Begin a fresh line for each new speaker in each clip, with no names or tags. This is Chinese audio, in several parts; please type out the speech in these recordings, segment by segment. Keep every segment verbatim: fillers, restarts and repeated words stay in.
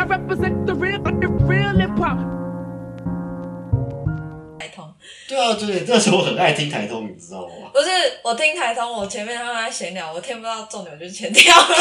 represent the real, the real hip hop。
台通。
对啊，对，那时候我很爱听台通，你知道吗？
不是，我听台通，我前面他们在闲聊，我听不到重点，我就切掉了。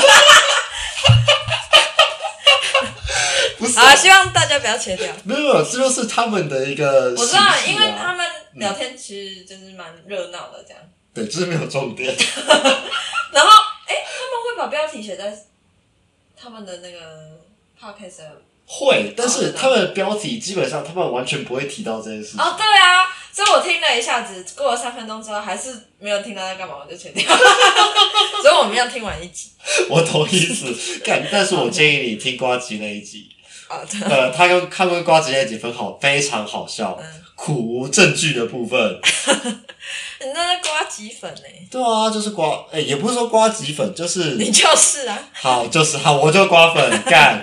不是
啊，希望大家不要切掉。
没有，没有，这就是他们的一个、啊。
我知道，因为他们聊天其实就是蛮热闹的，这样。
对，就是没有重点。
然后，哎、欸，他们会把标题写在他们的那个 podcast 的。
会，但是他们的标题基本上他们完全不会提到这件事情。
哦，对啊，所以我听了一下子，过了三分钟之后，还是没有听到在干嘛，我就切掉。所以我们要听完一集。
我懂意思，干，但是我建议你听呱吉那一集。
哦，对。
呃，他跟他跟呱吉那一集分好，非常好笑，嗯、苦无证据的部分。
你那是呱吉粉哎、欸。
对啊，就是呱，哎、欸，也不是说呱吉粉，就是
你就是啊。
好，就是好，我就呱粉干。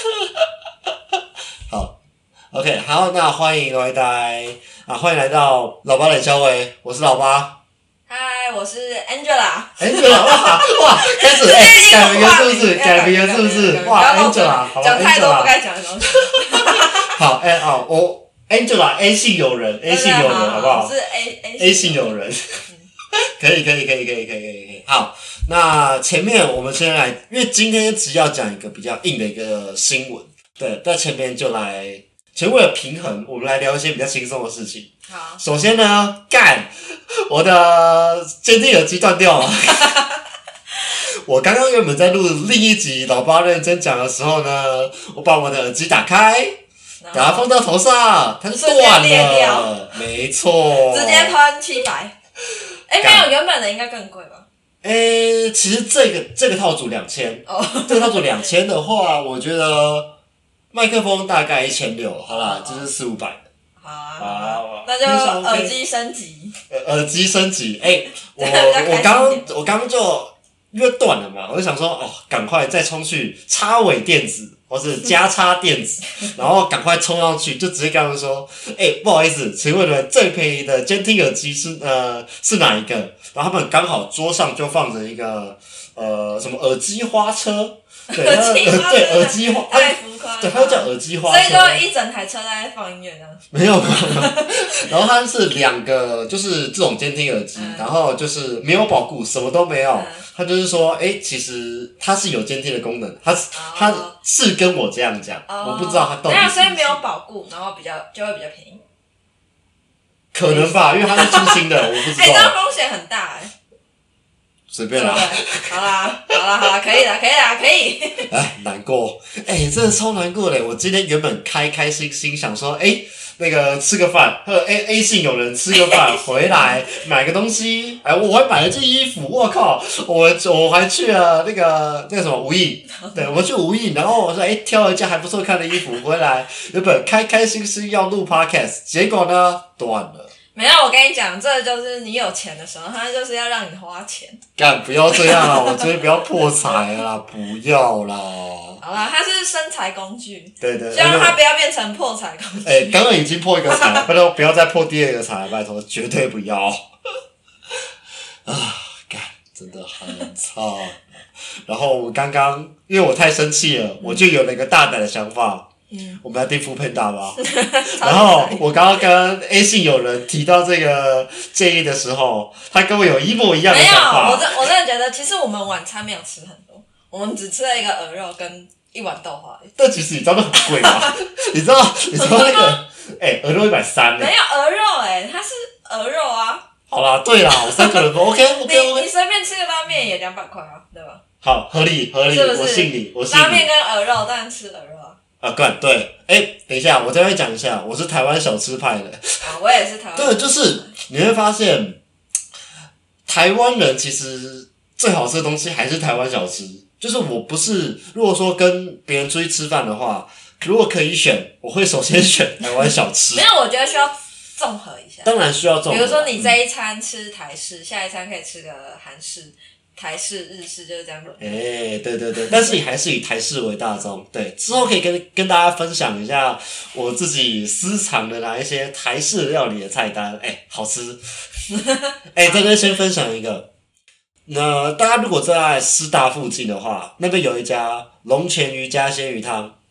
好 ，OK， 好，那欢迎来到啊，欢迎来到老八冷肖维，我是老八。
嗨，我是 Angela。
Angela， 哇哇，开始哎、欸，改名了是不是？改名了是不是？哇 ，Angela， 好吧 ，Angela，
讲太多不该讲的东西。
好，哎、欸、哦，我 Angela A 姓友人 ，A 姓友人，好不好？
是 A A
A 姓友人。可以可以可以可以可以可以可以。好，那前面我们先来，因为今天只要讲一个比较硬的一个新闻，对，在前面就来，其实为了平衡，我们来聊一些比较轻松的事情。
好，
首先呢，干，我的监听耳机断掉了。我刚刚原本在录另一集老八认真讲的时候呢，我把我的耳机打开，把它放到头上，它就断了。没错，
直接喷七百。哎、欸，没有，原本的应该更贵吧？
哎、欸，其实这个这个套组两千，哦，这个套组两千的话，我觉得麦克风大概一千六，好啦，这、就是四五百的。
好啊，
好，
那就耳机升级。
呃，耳机升级，哎、欸，我我刚我刚就因为断了嘛，我就想说，哦，赶快再冲去插尾电子。或是加插电子，然后赶快冲上去，就直接跟他们说：“哎、欸，不好意思，请问你们最便宜的监听耳机是呃是哪一个？”然后他们刚好桌上就放着一个呃什么耳机花车，对，
耳机花
对耳机花，
太浮夸了，
对，它叫耳机花车，
所以就一整台车在放音乐这样。
没有没有没有，然后它是两个，就是这种监听耳机，嗯、然后就是没有保固，什么都没有。嗯他就是说，哎、欸，其实它是有监听的功能，他他、oh. 是跟我这样讲， oh. 我不知道他到底是不是。
没有，所以没有保固，然后比较就会比较便宜。
可能吧，因为它是出新的，我不知道。哎、
欸，这样风险很大哎、欸。
随便啦。
好啦，好啦，好啦，可以啦，可以啦，可以。
哎，难过，哎、欸，真的超难过的。我今天原本开开心心想说，哎、欸。那个吃个饭，和 A A 姓有人吃个饭回来买个东西，哎，我还买了件衣服，我靠，我我还去了那个那个什么无印，对，我去无印，然后我说哎，挑了一件还不错看的衣服回来，原本开开心心要录 podcast， 结果呢断了。
没有，我跟你讲，这就是你有钱的时候，他就是要让你花钱。
干，不要这样啦，我这边不要破财啦，不要啦。
好啦，它是生财工具，
对对，
希望它不要变成破财工具。
哎、欸，刚刚已经破一个财了，拜托不要再破第二个财，拜托，绝对不要。啊，干，真的很差。然后我刚刚因为我太生气了，我就有了一个大胆的想法。嗯，我们要订 Foodpanda 吧。然后我刚刚跟 A 姓友人提到这个建议的时候，他跟我有一模一样的想法。
没有，我真我真的觉得，其实我们晚餐没有吃很多，我们只吃了一个鹅肉跟一碗豆花。
但其实你知道那很贵吗？你知道你知道那个哎，鹅肉一百三呢？
没有鹅肉哎、欸，它是鹅肉啊。
好啦，对啦，我三个人都 OK OK OK。
你随便吃个拉面也两百块啊，对吧？
好，合理合理，
是不是？
我信你，我信你。
拉面跟鹅肉，当然吃鹅肉啊。
啊，干对，哎、欸，等一下，我再来讲一下，我是台湾小吃派的。
啊，我也是台湾。
对，就是你会发现，台湾人其实最好吃的东西还是台湾小吃。就是我不是，如果说跟别人出去吃饭的话，如果可以选，我会首先选台湾小吃。
没有，我觉得需要综合一下。
当然需要综合。
比如说你这一餐吃台式，嗯、下一餐可以吃个韩式。台式、日式就是这样轮。
哎、欸，对对对，但是还是以台式为大宗。对，之后可以跟跟大家分享一下我自己私藏的哪一些台式料理的菜单。哎、欸，好吃。哎、欸，这边先分享一个。那大家如果在师大附近的话，那边有一家龙泉瑜伽鲜鱼汤。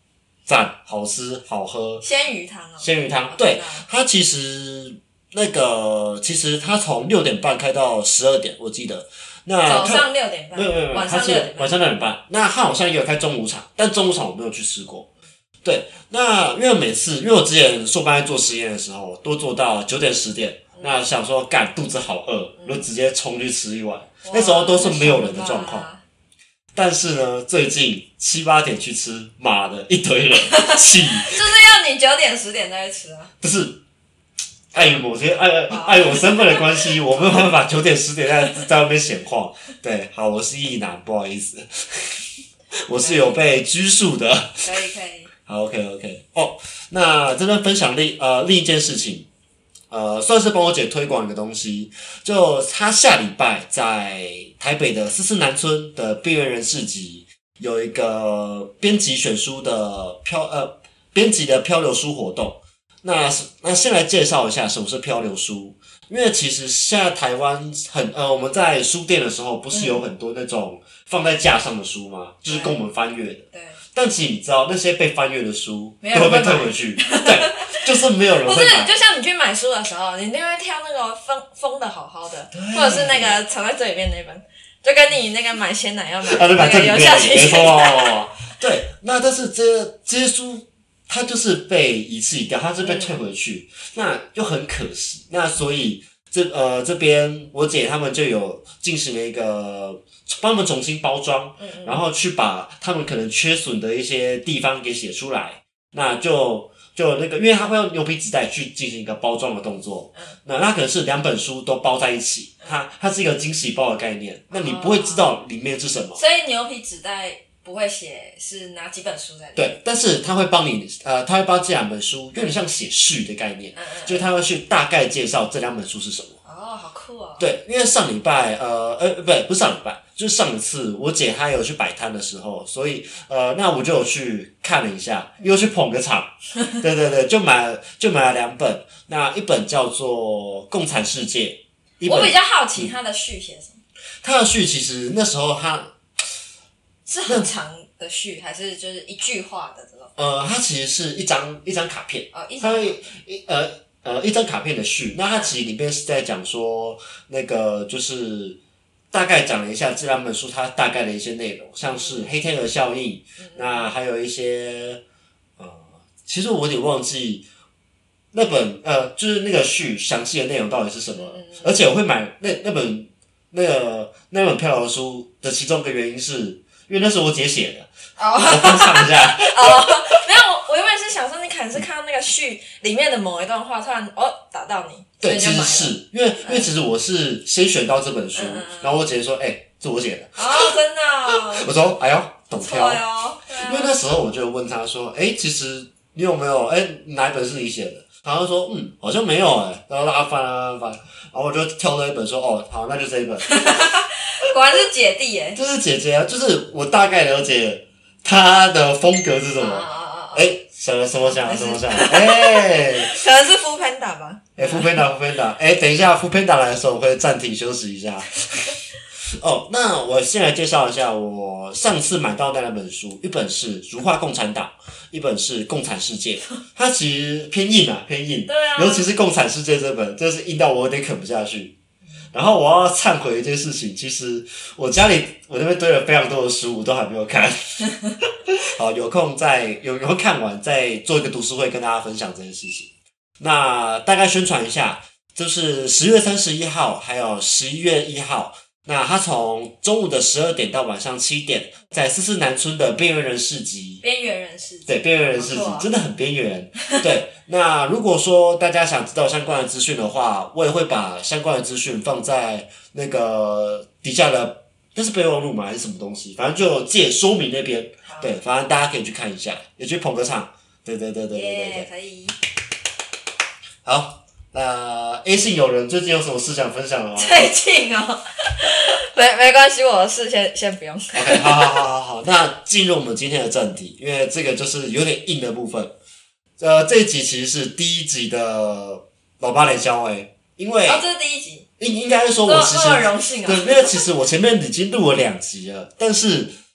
赞，好吃好喝。
鲜鱼汤哦，
鲜鱼汤，对，它其实那个其实它从六点半开到十二点，我记得。那
早上六点半，
没有没有没有，
晚上六点半，
晚上六点半。那它好像也有开中午场，但中午场我没有去吃过。对，那因为每次因为我之前硕班在做实验的时候，都做到九点十点，嗯、那想说干肚子好饿，我、嗯、就直接冲去吃一碗。那时候都是没有人的状况。但是呢，最近七八点去吃，妈的一堆人气，
就是要你九点十点再去吃啊？
不是。碍于某些碍碍我身份的关系，我没有办法九点十点在在外面闲晃。对，好，我是异男，不好意思，我是有被拘束的。
可以可以。
好 ，OK OK。哦，那这边分享另呃另一件事情，呃，算是帮我姐推广一个东西，就她下礼拜在台北的四四南村的边缘人市集有一个编辑选书的漂呃编辑的漂流书活动。那那先来介绍一下什么是漂流书，因为其实现在台湾很呃我们在书店的时候不是有很多那种放在架上的书吗？嗯、就是供我们翻阅的。
对。但
其实你知道那些被翻阅的书都会被退回去，对，就是没有人会买。
不是，就像你去买书的时候，你一定会挑那个封封的好好的，或者是那个藏在最里面那本，就跟你那个买鲜奶要买那个有效期限的。
对，那但是这这些书。它就是被遗弃掉，它是被退回去，嗯、那就很可惜。那所以这呃这边我姐他们就有进行了一个帮他们重新包装，嗯嗯然后去把他们可能缺损的一些地方给写出来。那就就那个，因为他会用牛皮纸袋去进行一个包装的动作，嗯、那它可能是两本书都包在一起，它它是一个惊喜包的概念，那你不会知道里面是什么。
所以牛皮纸袋。不会写是哪几本书在里面？
对，但是他会帮你，呃，他会帮这两本书，有点像写序的概念，嗯嗯就是他会去大概介绍这两本书是什么。
哦，好酷哦！
对，因为上礼拜，呃，呃，不对，不是上礼拜，就是上一次我姐她有去摆摊的时候，所以，呃，那我就有去看了一下，又去捧个场，对对对，就买就买了两本，那一本叫做《共产世界》，一本
我比较好奇他的序写什么？
他的序其实那时候他。
是很长的序，还是就是一句话的这种？
呃，它其实是一张一张卡片，
哦，一张
它会一呃呃一张卡片的序。那它其实里面是在讲说，那个就是大概讲了一下这两本书它大概的一些内容，像是黑天鹅效应，嗯、那还有一些呃，其实我有点忘记那本呃就是那个序详细的内容到底是什么，嗯、而且我会买那那本那个那本漂流书的其中一个原因是。因为那是我姐写的，哦、我翻唱一下。
哦，没有，我我原本是想说，你可能是看到那个序里面的某一段话，突然哦打到你，
对，其实是因为、嗯、因为其实我是先选到这本书，嗯嗯嗯然后我姐姐说：“哎、欸，这我写的。”
哦，真的、哦。
我说：“哎呦，懂挑。
哦”
因为那时候我就问她说：“哎、欸，其实你有没有哎、欸、哪一本是你写的？”然后说：“嗯，好像没有哎、欸。”然后让她翻翻翻，然后我就挑了一本说：“哦，好，那就这一本。”
果然是姐弟耶！
就是姐姐啊，就是我大概了解她的风格是什么。哎、欸，想了什么想什么想？哎、欸，
可能是 Food Panda 吧。
哎、欸、，Food Panda Food Panda， 哎、欸，等一下 Food Panda 来的时候，我会暂停休息一下。哦，那我先来介绍一下我上次买到的那两本书，一本是《如画共产党》，一本是《共产世界》。它其实偏硬啊，偏硬。
对啊。
尤其是《共产世界》这本，真是硬到我有点啃不下去。然后我要忏悔一件事情，其实我家里我那边堆了非常多的书，我都还没有看。好，有空再有有空看完再做一个读书会，跟大家分享这件事情。那大概宣传一下，就是十月三十一号，还有十一月一号。那他从中午的十二点到晚上七点，在四四南村的边缘人市集。
边缘人市集。
对，边缘人市集、啊、真的很边缘。对，那如果说大家想知道相关的资讯的话，我也会把相关的资讯放在那个底下的，那是备忘录吗？还是什么东西？反正就借说明那边。对，反正大家可以去看一下，也去捧个场。对对对对对对对，
yeah, 可以。
好。那 A 姓友人最近有什么事想分享的吗？
最近哦，没没关系，我的事先先不用。
OK， 好好好好好，那进入我们今天的正题，因为这个就是有点硬的部分。呃，这一集其实是第一集的老八连消诶，因为
哦，这是第一集，
应应该是说我其实
这么荣幸啊，
对，因为其实我前面已经录了两集了，但是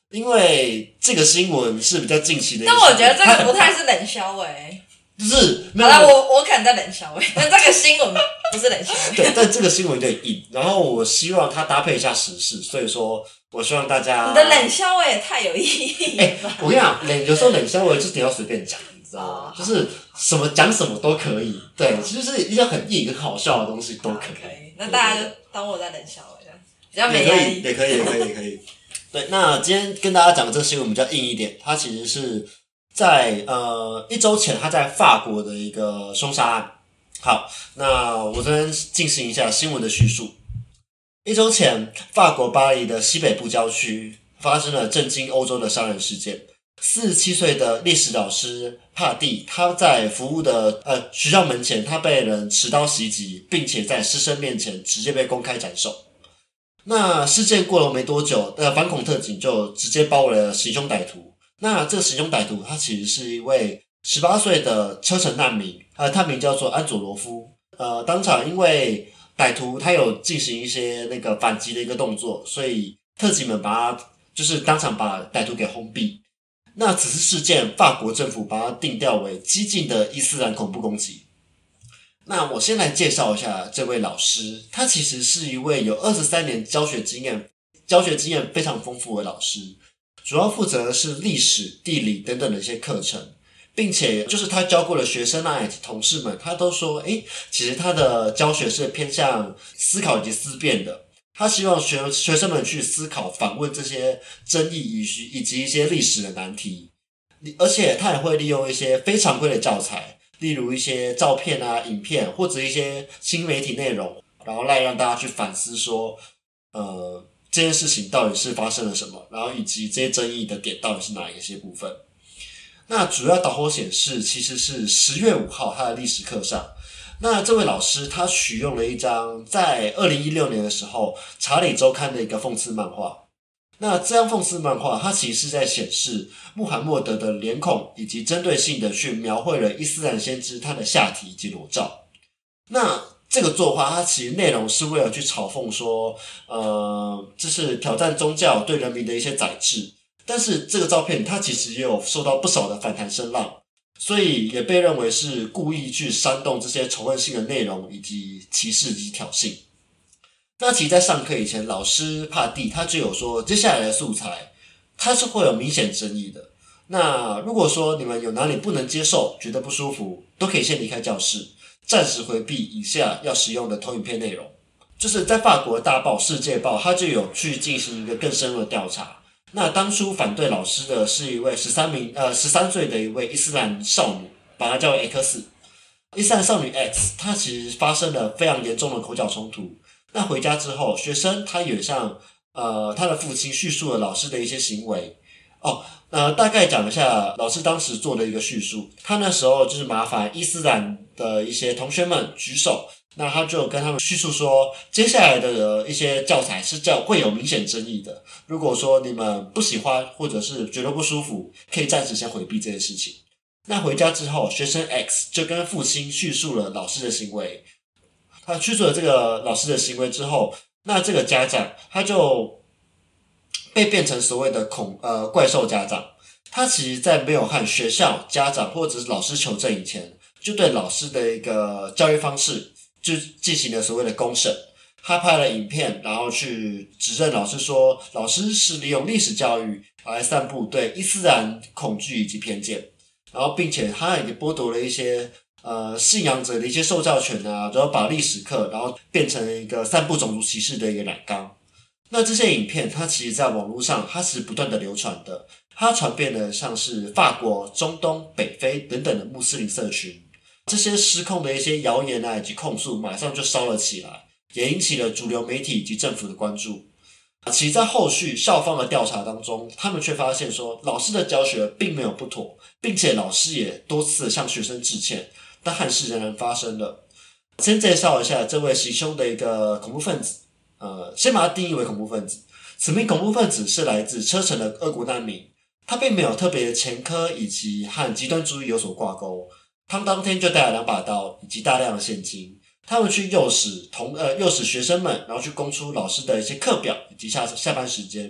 因为这个新闻是比较近期的，
但我觉得这个不太是冷笑话、欸。
就是
好了，我我可能在冷笑话，但这个新闻不是冷笑话。
对，但这个新闻有点硬，然后我希望它搭配一下时事，所以说我希望大家。
你的冷笑话也太有意义了。哎、
欸，我跟你讲，冷有时候冷笑话就是你要随便讲，你知道吗？ Oh, 就是什么讲什么都可以，对，就是一些很硬、很好笑的东西都可以。可以，
那大家就当我在冷笑话，这样比较没压力。
也可以，也可以，也可以，也可以。对，那今天跟大家讲的这个新闻比较硬一点，它其实是。在呃一周前，他在法国的一个凶杀案。好，那我这边进行一下新闻的叙述。一周前，法国巴黎的西北部郊区发生了震惊欧洲的杀人事件。四十七岁的历史老师帕蒂，他在服务的呃学校门前，他被人持刀袭击，并且在师生面前直接被公开斩首。那事件过了没多久，呃，反恐特警就直接包围了行凶歹徒。那这个行凶歹徒，他其实是一位十八岁的车臣难民，呃，他名叫做安佐罗夫。呃，当场因为歹徒他有进行一些那个反击的一个动作，所以特警们把他就是当场把歹徒给轰毙。那此次事件，法国政府把它定调为激进的伊斯兰恐怖攻击。那我先来介绍一下这位老师，他其实是一位有二十三年教学经验、教学经验非常丰富的老师。主要负责的是历史、地理等等的一些课程，并且就是他教过的学生啊以及同事们，他都说，诶，其实他的教学是偏向思考以及思辨的。他希望学学生们去思考、反问这些争议以及以及一些历史的难题，而且他也会利用一些非常规的教材，例如一些照片啊、影片或者一些新媒体内容，然后来让大家去反思说，呃。这件事情到底是发生了什么，然后以及这些争议的点到底是哪一些部分。那主要导火显示其实是十月五号他的历史课上，那这位老师他取用了一张在二零一六年的时候查理周刊的一个讽刺漫画。那这张讽刺漫画它其实是在显示穆罕默德的脸孔，以及针对性的去描绘了伊斯兰先知他的下体以及裸照。那这个作画它其实内容是为了去嘲讽说呃，这是挑战宗教对人民的一些宰制，但是这个照片它其实也有受到不少的反弹声浪，所以也被认为是故意去煽动这些仇恨性的内容以及歧视及挑衅。那其实在上课以前，老师帕蒂他就有说接下来的素材它是会有明显争议的，那如果说你们有哪里不能接受觉得不舒服，都可以先离开教室，暂时回避以下要使用的投影片内容。就是在法国大报《世界报》，它就有去进行一个更深入的调查。那当初反对老师的是一位十三名呃十三岁的一位伊斯兰少女，把她叫为 X。伊斯兰少女 X， 她其实发生了非常严重的口角冲突。那回家之后，学生他也向呃他的父亲叙述了老师的一些行为。哦，呃，大概讲一下老师当时做的一个叙述。他那时候就是麻烦伊斯兰的一些同学们举手，那他就跟他们叙述说，接下来的一些教材是叫会有明显争议的。如果说你们不喜欢或者是觉得不舒服，可以暂时先回避这件事情。那回家之后，学生 X 就跟父亲叙述了老师的行为。他叙述了这个老师的行为之后，那这个家长他就被变成所谓的恐呃怪兽家长。他其实在没有和学校、家长或者是老师求证以前，就对老师的一个教育方式就进行了所谓的公审。他拍了影片，然后去指认老师说，老师是利用历史教育来散布对伊斯兰恐惧以及偏见，然后并且他也剥夺了一些呃信仰者的一些受教权啊，然后把历史课然后变成了一个散布种族歧视的一个染缸。那这些影片它其实在网络上它是不断的流传的，它传遍了像是法国、中东、北非等等的穆斯林社群。这些失控的一些谣言啊以及控诉马上就烧了起来，也引起了主流媒体以及政府的关注。其实在后续校方的调查当中，他们却发现说老师的教学并没有不妥，并且老师也多次向学生致歉，但憾事仍然发生了。先介绍一下这位行凶的一个恐怖分子，呃，先把他定义为恐怖分子。此名恐怖分子是来自车臣的俄国难民，他并没有特别的前科以及和极端主义有所挂钩。他当天就带了两把刀以及大量的现金，他们去诱使同呃诱使学生们，然后去供出老师的一些课表以及下下班时间，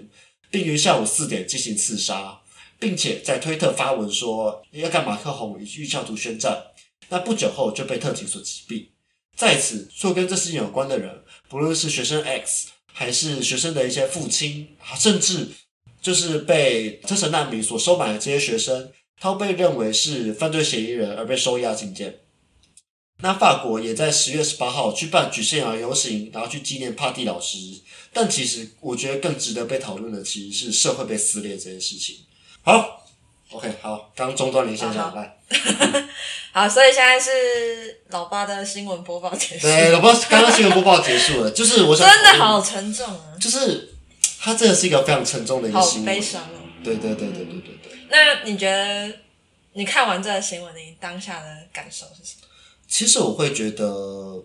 并于下午四点进行刺杀，并且在推特发文说要干马克宏与狱教徒宣战。那不久后就被特警所击毙。在此，所有跟这事情有关的人，不论是学生 X 还是学生的一些父亲，甚至就是被特赦难民所收买的这些学生，他被认为是犯罪嫌疑人而被收押进监。那法国也在十月十八号去办举宪而游行，然后去纪念帕蒂老师。但其实我觉得更值得被讨论的其实是社会被撕裂这件事情。好 ，OK， 好，刚中断了一下下来。
好，所以现在是老爸的新闻播报结束。
对，老爸刚刚新闻播报结束了，就是我想
真的好沉重啊！
就是它真的是一个非常沉重的一个新闻，
好悲伤哦。
对对对对对对对。
那你觉得你看完这个新闻，你当下的感受是什么？
其实我会觉得，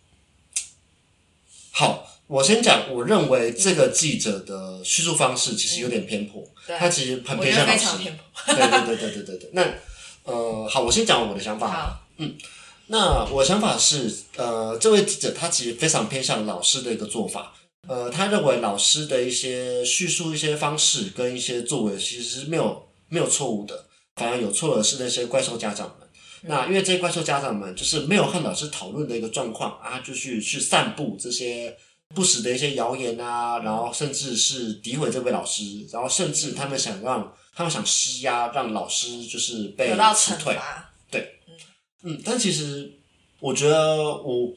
好，我先讲，我认为这个记者的叙述方式其实有点偏颇，
嗯、
他其实很偏向老师，
我觉得非常偏
颇。对对对对对对对。那呃，好，我先讲我的想法。
好，
嗯，那我的想法是，呃，这位记者他其实非常偏向老师的一个做法。呃，他认为老师的一些叙述、一些方式跟一些作为，其实是没有没有错误的，反而有错的是那些怪兽家长们。那因为这些怪兽家长们就是没有和老师讨论的一个状况啊，就去去散布这些不实的一些谣言啊，然后甚至是诋毁这位老师，然后甚至他们想让他们想施压让老师就是被辞退。对，嗯嗯，但其实我觉得我，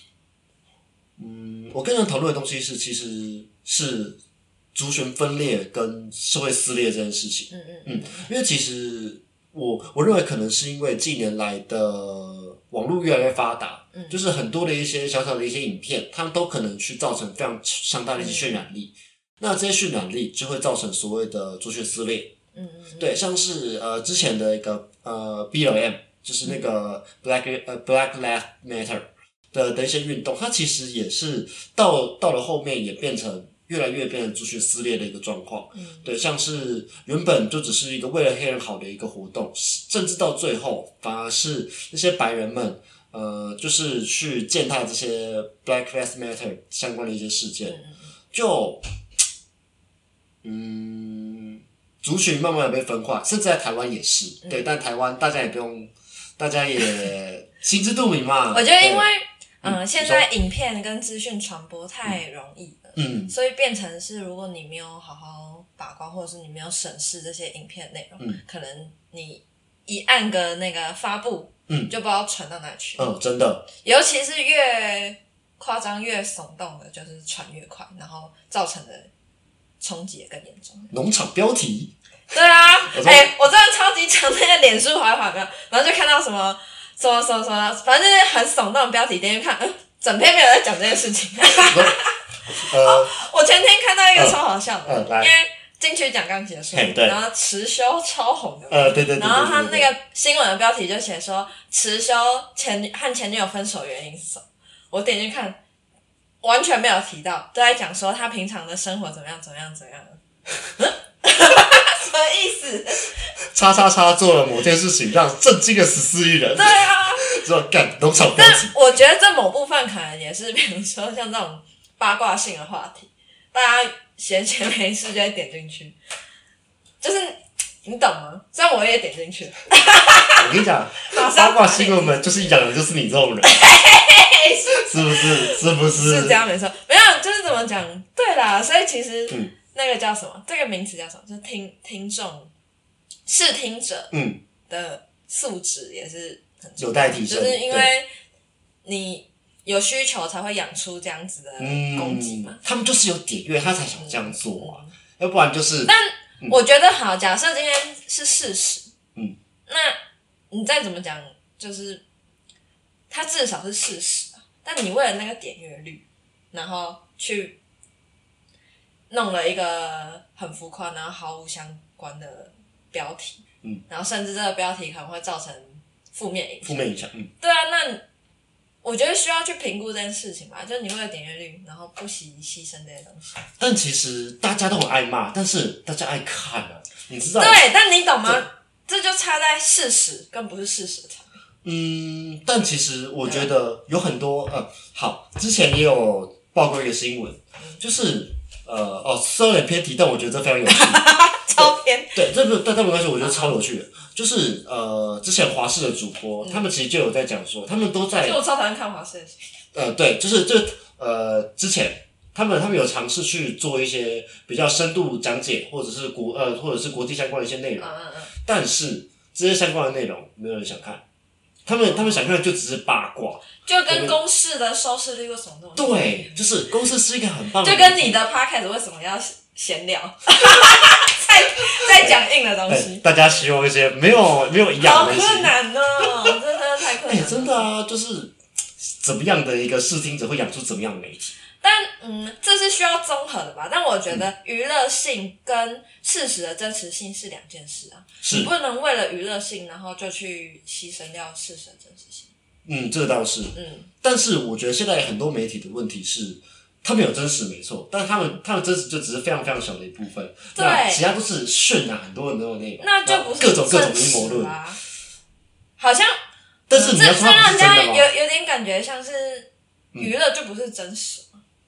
嗯，我跟人讨论的东西是其实是族群分裂跟社会撕裂这件事情。嗯嗯嗯，因为其实。我我认为可能是因为近年来的网络越来越发达，嗯，就是很多的一些小小的一些影片，他们都可能去造成非常强大的一些渲染力。嗯、那这些渲染力就会造成所谓的族群撕裂。嗯嗯，对，像是呃之前的一个呃 B L M， 就是那个 Black 呃 Black Lives Matter 的的一些运动，它其实也是到到了后面也变成。越来越变成族群撕裂的一个状况，嗯，对，像是原本就只是一个为了黑人好的一个活动，甚至到最后反而是那些白人们，呃，就是去践踏这些 Black Lives Matter 相关的一些事件，嗯、就，嗯，族群慢慢的被分化，甚至在台湾也是，嗯、对，但台湾大家也不用，大家也心知肚明嘛。
我觉得因为。嗯，嗯现在影片跟资讯传播太容易了，嗯，所以变成是如果你没有好好把关，或者是你没有审视这些影片内容，嗯，可能你一按个那个发布，嗯，就不知道传到哪里去。
嗯，真的，尤
其是越夸张、越耸动的，就是传越快，然后造成的冲击也更严重。
农场标题，
对啊，哎、欸，我真的超级常那个脸书滑一滑，没有，然后就看到什么。什么什么什么，反正就是很耸动的标题，点进去看，嗯，整篇没有在讲这件事情。呃哦、我前天看到一个超好笑的，呃呃、因为金曲奖刚结束，然后持修超红的，
呃，对对对，
然后他那个新闻的标题就写说持修前和前女友分手原因是什么？我点进去看，完全没有提到，都在讲说他平常的生活怎么样怎么样怎么样。什么意思？
叉叉叉做了某件事情，让震惊了十四亿人。
对啊，
之后干农场标题。
但我觉得这某部分可能也是，比如说像这种八卦性的话题，大家闲闲没事就会点进去，就是你懂吗？虽然我也点进去。
我跟你讲，八卦新闻们就是养的就是你这种人，是不是？是不是？
是这样没错，没有就是怎么讲？对啦，所以其实。嗯那个叫什么？这个名词叫什么？就是听听众、视听者的素质也是很重要，
有待提升。
就是因为你有需求才会养出这样子的攻击嘛、嗯。
他们就是有点阅，他才想这样做啊，嗯、要不然就是。
但我觉得好，假设今天是事实，嗯，那你再怎么讲，就是它至少是事实啊。但你为了那个点阅率，然后去。弄了一个很浮夸，然后毫无相关的标题，嗯，然后甚至这个标题可能会造成负面影响。
负面影响，嗯，
对啊，那我觉得需要去评估这件事情吧，就是你为了点阅率，然后不惜牺牲这些东西。
但其实大家都很爱骂，但是大家爱看啊，你知道？
对，但你懂吗？这就差在事实跟不是事实的差别。
嗯，但其实我觉得有很多，呃，好，之前也有报过一个新闻，嗯、就是。 呃哦，稍有点偏题，但我觉得这非常有趣。
超偏。
对，这不但但没关系，我觉得超有趣的。就是呃，之前华视的主播，嗯、他们其实就有在讲说，他们都在。
其实我超讨厌看华视的。
呃，对，就是就呃之前。他们他们有尝试去做一些比较深度讲解，或者是国呃或者是国际相关的一些内容，
嗯嗯嗯
但是这些相关的内容没有人想看，他们他们想看的就只是八卦，
就跟公视的收视率为什么那么低？
对，就是公视是一个很棒的，
就跟你的 podcast 为什么要闲聊，在在讲硬的东西，
大家希望一些没有没有营养的东西，
好困难哦，真的太困难了。
哎、真的啊，就是怎么样的一个视听者会养出怎么样的媒体。
但嗯，这是需要综合的吧？但我觉得娱乐性跟事实的真实性是两件事啊，你不能为了娱乐性，然后就去牺牲掉事实的真实性。
嗯，这个倒是。嗯，但是我觉得现在很多媒体的问题是，他们有真实没错，但是他们他们真实就只是非常非常小的一部分，那其他都是渲染很多很多的内容，
那就不是
各种各种阴谋论
啊。好像，
但是你要说它不是真的吗？
这让人家有有点感觉像是娱乐就不是真实。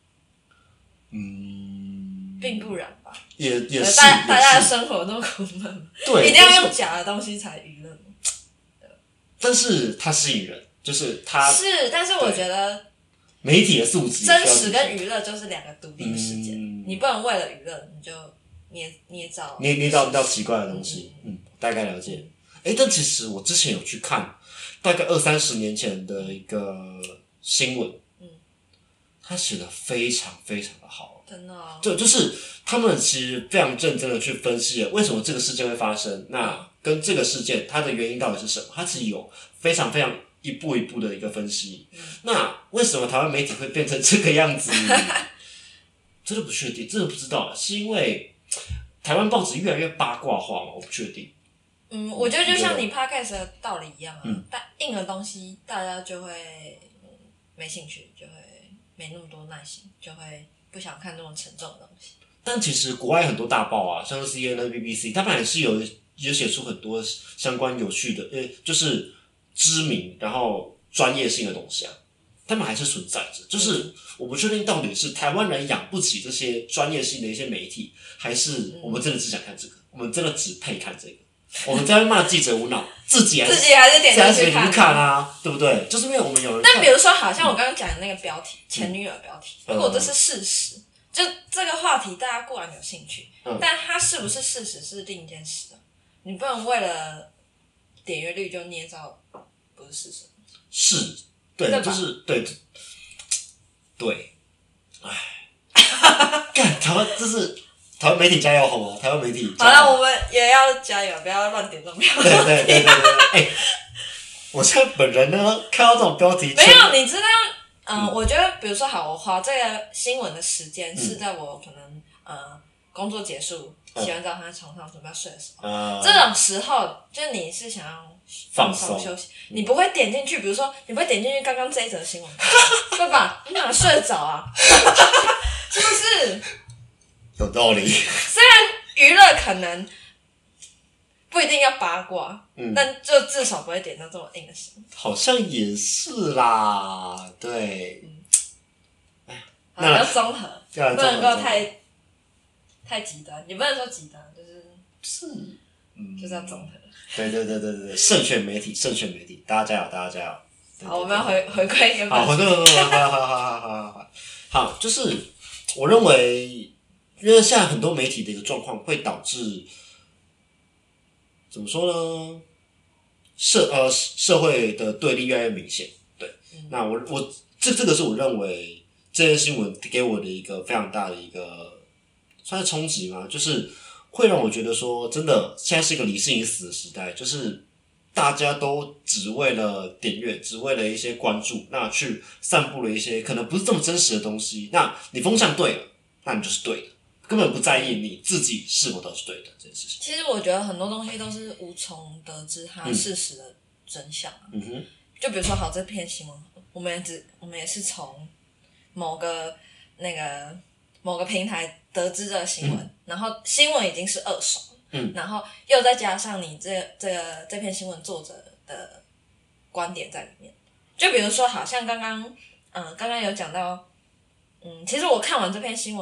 嗯，
并不然吧，
也也是
大大家的生活都苦闷，
对，
一定要用假的东西才娱乐。
但是它吸引人，就是它
是，但是我觉得
媒体的素质，
真实跟娱乐就是两个独立的事件，
嗯、
你不能为了娱乐你就捏捏造
捏捏造到奇怪的东西。嗯，嗯大概了解。哎、欸，但其实我之前有去看，大概二三十年前的一个新闻。他写的非常非常的好，
真的、哦，
就就是他们其实非常认真的去分析了为什么这个事件会发生，那跟这个事件它的原因到底是什么，它其实有非常非常一步一步的一个分析。嗯、那为什么台湾媒体会变成这个样子？真的不确定，真的不知道，是因为台湾报纸越来越八卦化吗？我不确定。
嗯，我觉得就像你 podcast 的道理一样啊，嗯、但硬的东西大家就会、嗯、没兴趣，就会。没那么多耐心，就会不想看那种沉重的东西。
但其实国外很多大报啊，像是 C N N、B B C， 他们也是有有写出很多相关有趣的，呃，就是知名然后专业性的东西啊，他们还是存在着。就是我不确定到底是台湾人养不起这些专业性的一些媒体，还是我们真的只想看这个，我们真的只配看这个。我们在骂记者无脑，自己还是
自己还是点进去
看看啊，对不对？就是因为我们有人看。
但比如说，好像我刚刚讲的那个标题，嗯、前女友标题，如果这是事实，就这个话题大家固然有兴趣，嗯、但它是不是事实是另一件事啊。你不能为了点阅率就捏造不是事实。
是，对，对就是对，对，唉，干台湾这是。台湾媒体加油好吗？台湾媒体
好了，我们也要加油，不要乱点这种标题。
对对对对对，哎、欸，我现在本人呢，看到这种标题，
没有，你知道，嗯，嗯我觉得，比如说，好，我滑这个新闻的时间是在我可能、嗯、呃工作结束，洗完澡躺在床上准备要睡的时候，嗯、这种时候，就是你是想要放松休息，你不会点进去，比如说，你不会点进去刚刚这一则新闻，对吧？你哪睡得着啊？是不是？
有道理。
虽然娱乐可能不一定要八卦，嗯、但就至少不会点到这么硬的新闻。
好像也是啦，对。嗯、
哎，好，要综合，不能够太太极端，也不能说极端，就是是，嗯，就是要综合。
对对对对对对，慎选媒体，慎选媒体，大家加油，大家加油。
好，我们要回回归原本。
好，回归回归回归，好好好好好好。好，就是我认为。因为现在很多媒体的一个状况会导致怎么说呢？社呃社会的对立越来越明显。对，嗯、那我我这这个是我认为这件新闻给我的一个非常大的一个算是冲击嘛，就是会让我觉得说，真的现在是一个理性已死的时代，就是大家都只为了点阅，只为了一些关注，那去散布了一些可能不是这么真实的东西。那你风向对了，那你就是对的。根本不在意你自己是否都是对的这件事情。
其实我觉得很多东西都是无从得知它事实的真相、啊。嗯哼。就比如说，好，这篇新闻，我们也只我们也是从某个那个某个平台得知这个新闻，嗯、然后新闻已经是二手，嗯，然后又再加上你这这个这篇新闻作者的观点在里面。就比如说，好像刚刚嗯刚刚有讲到，嗯，其实我看完这篇新闻。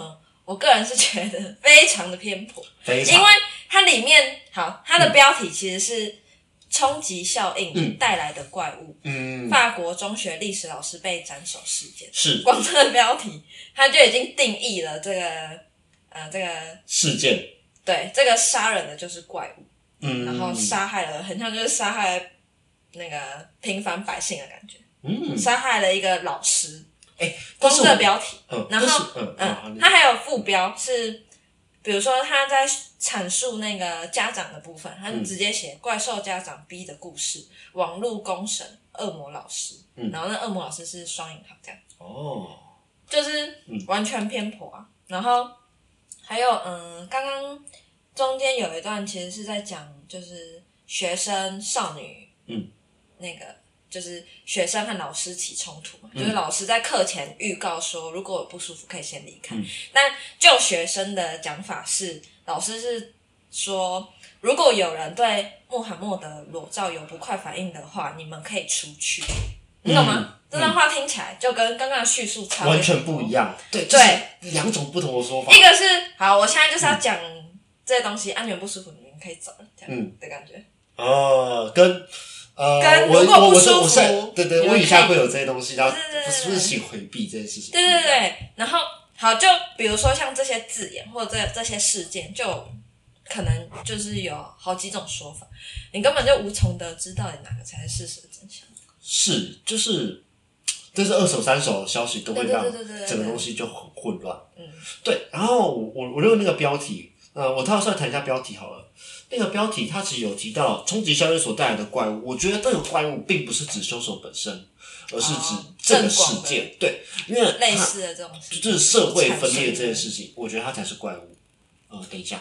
我个人是觉得非常的偏颇，
非常，
因为它里面好，它的标题其实是冲击效应带来的怪物，嗯，法国中学历史老师被斩首事件，
是
光这个标题，它就已经定义了这个呃这个
事件，
对，这个杀人的就是怪物，
嗯，
然后杀害了，很像就是杀害了那个平凡百姓的感觉，
嗯，
杀害了一个老师，
哎，
光这个标题，
嗯，
然后
嗯
嗯，它还有副标是。比如说他在阐述那个家长的部分，他就直接写怪兽家长 B 的故事，网络公审恶魔老师，嗯、然后那恶魔老师是双引号这样，哦，就是完全偏颇啊。然后还有嗯，刚刚中间有一段其实是在讲就是学生少女，嗯，那个就是学生和老师起冲突嘛，嗯、就是老师在课前预告说，如果有不舒服可以先离开。嗯、但就学生的讲法是，老师是说，如果有人对穆罕默德裸照有不快反应的话，你们可以出去。你懂吗？嗯、这段话听起来就跟刚刚的叙述差
完全不一样。对，
对，
就是两种不同的说法。
一个是好，我现在就是要讲这些东西，安全不舒服，你们可以走了，这样的感觉。
哦，跟。呃，
跟
我
如果不舒服，
我我对对，我以下会有这些东西，然后不是不是请回避这件事情。
对对对，然后好，就比如说像这些字眼或者这这些事件，就可能就是有好几种说法，你根本就无从得知到底哪个才是事实的真相。
是，就是这是二手三手的消息都会让整个东西就很混乱。嗯，对。然后我我认为那个标题，呃，我倒是来谈一下标题好了。那个标题它其实有提到冲击效应所带来的怪物，我觉得这个怪物并不是指凶手本身，而是指这个事件。哦、对，因为
类似的这种事，
就是社会分裂这件事情，我觉得它才是怪物。呃，等一下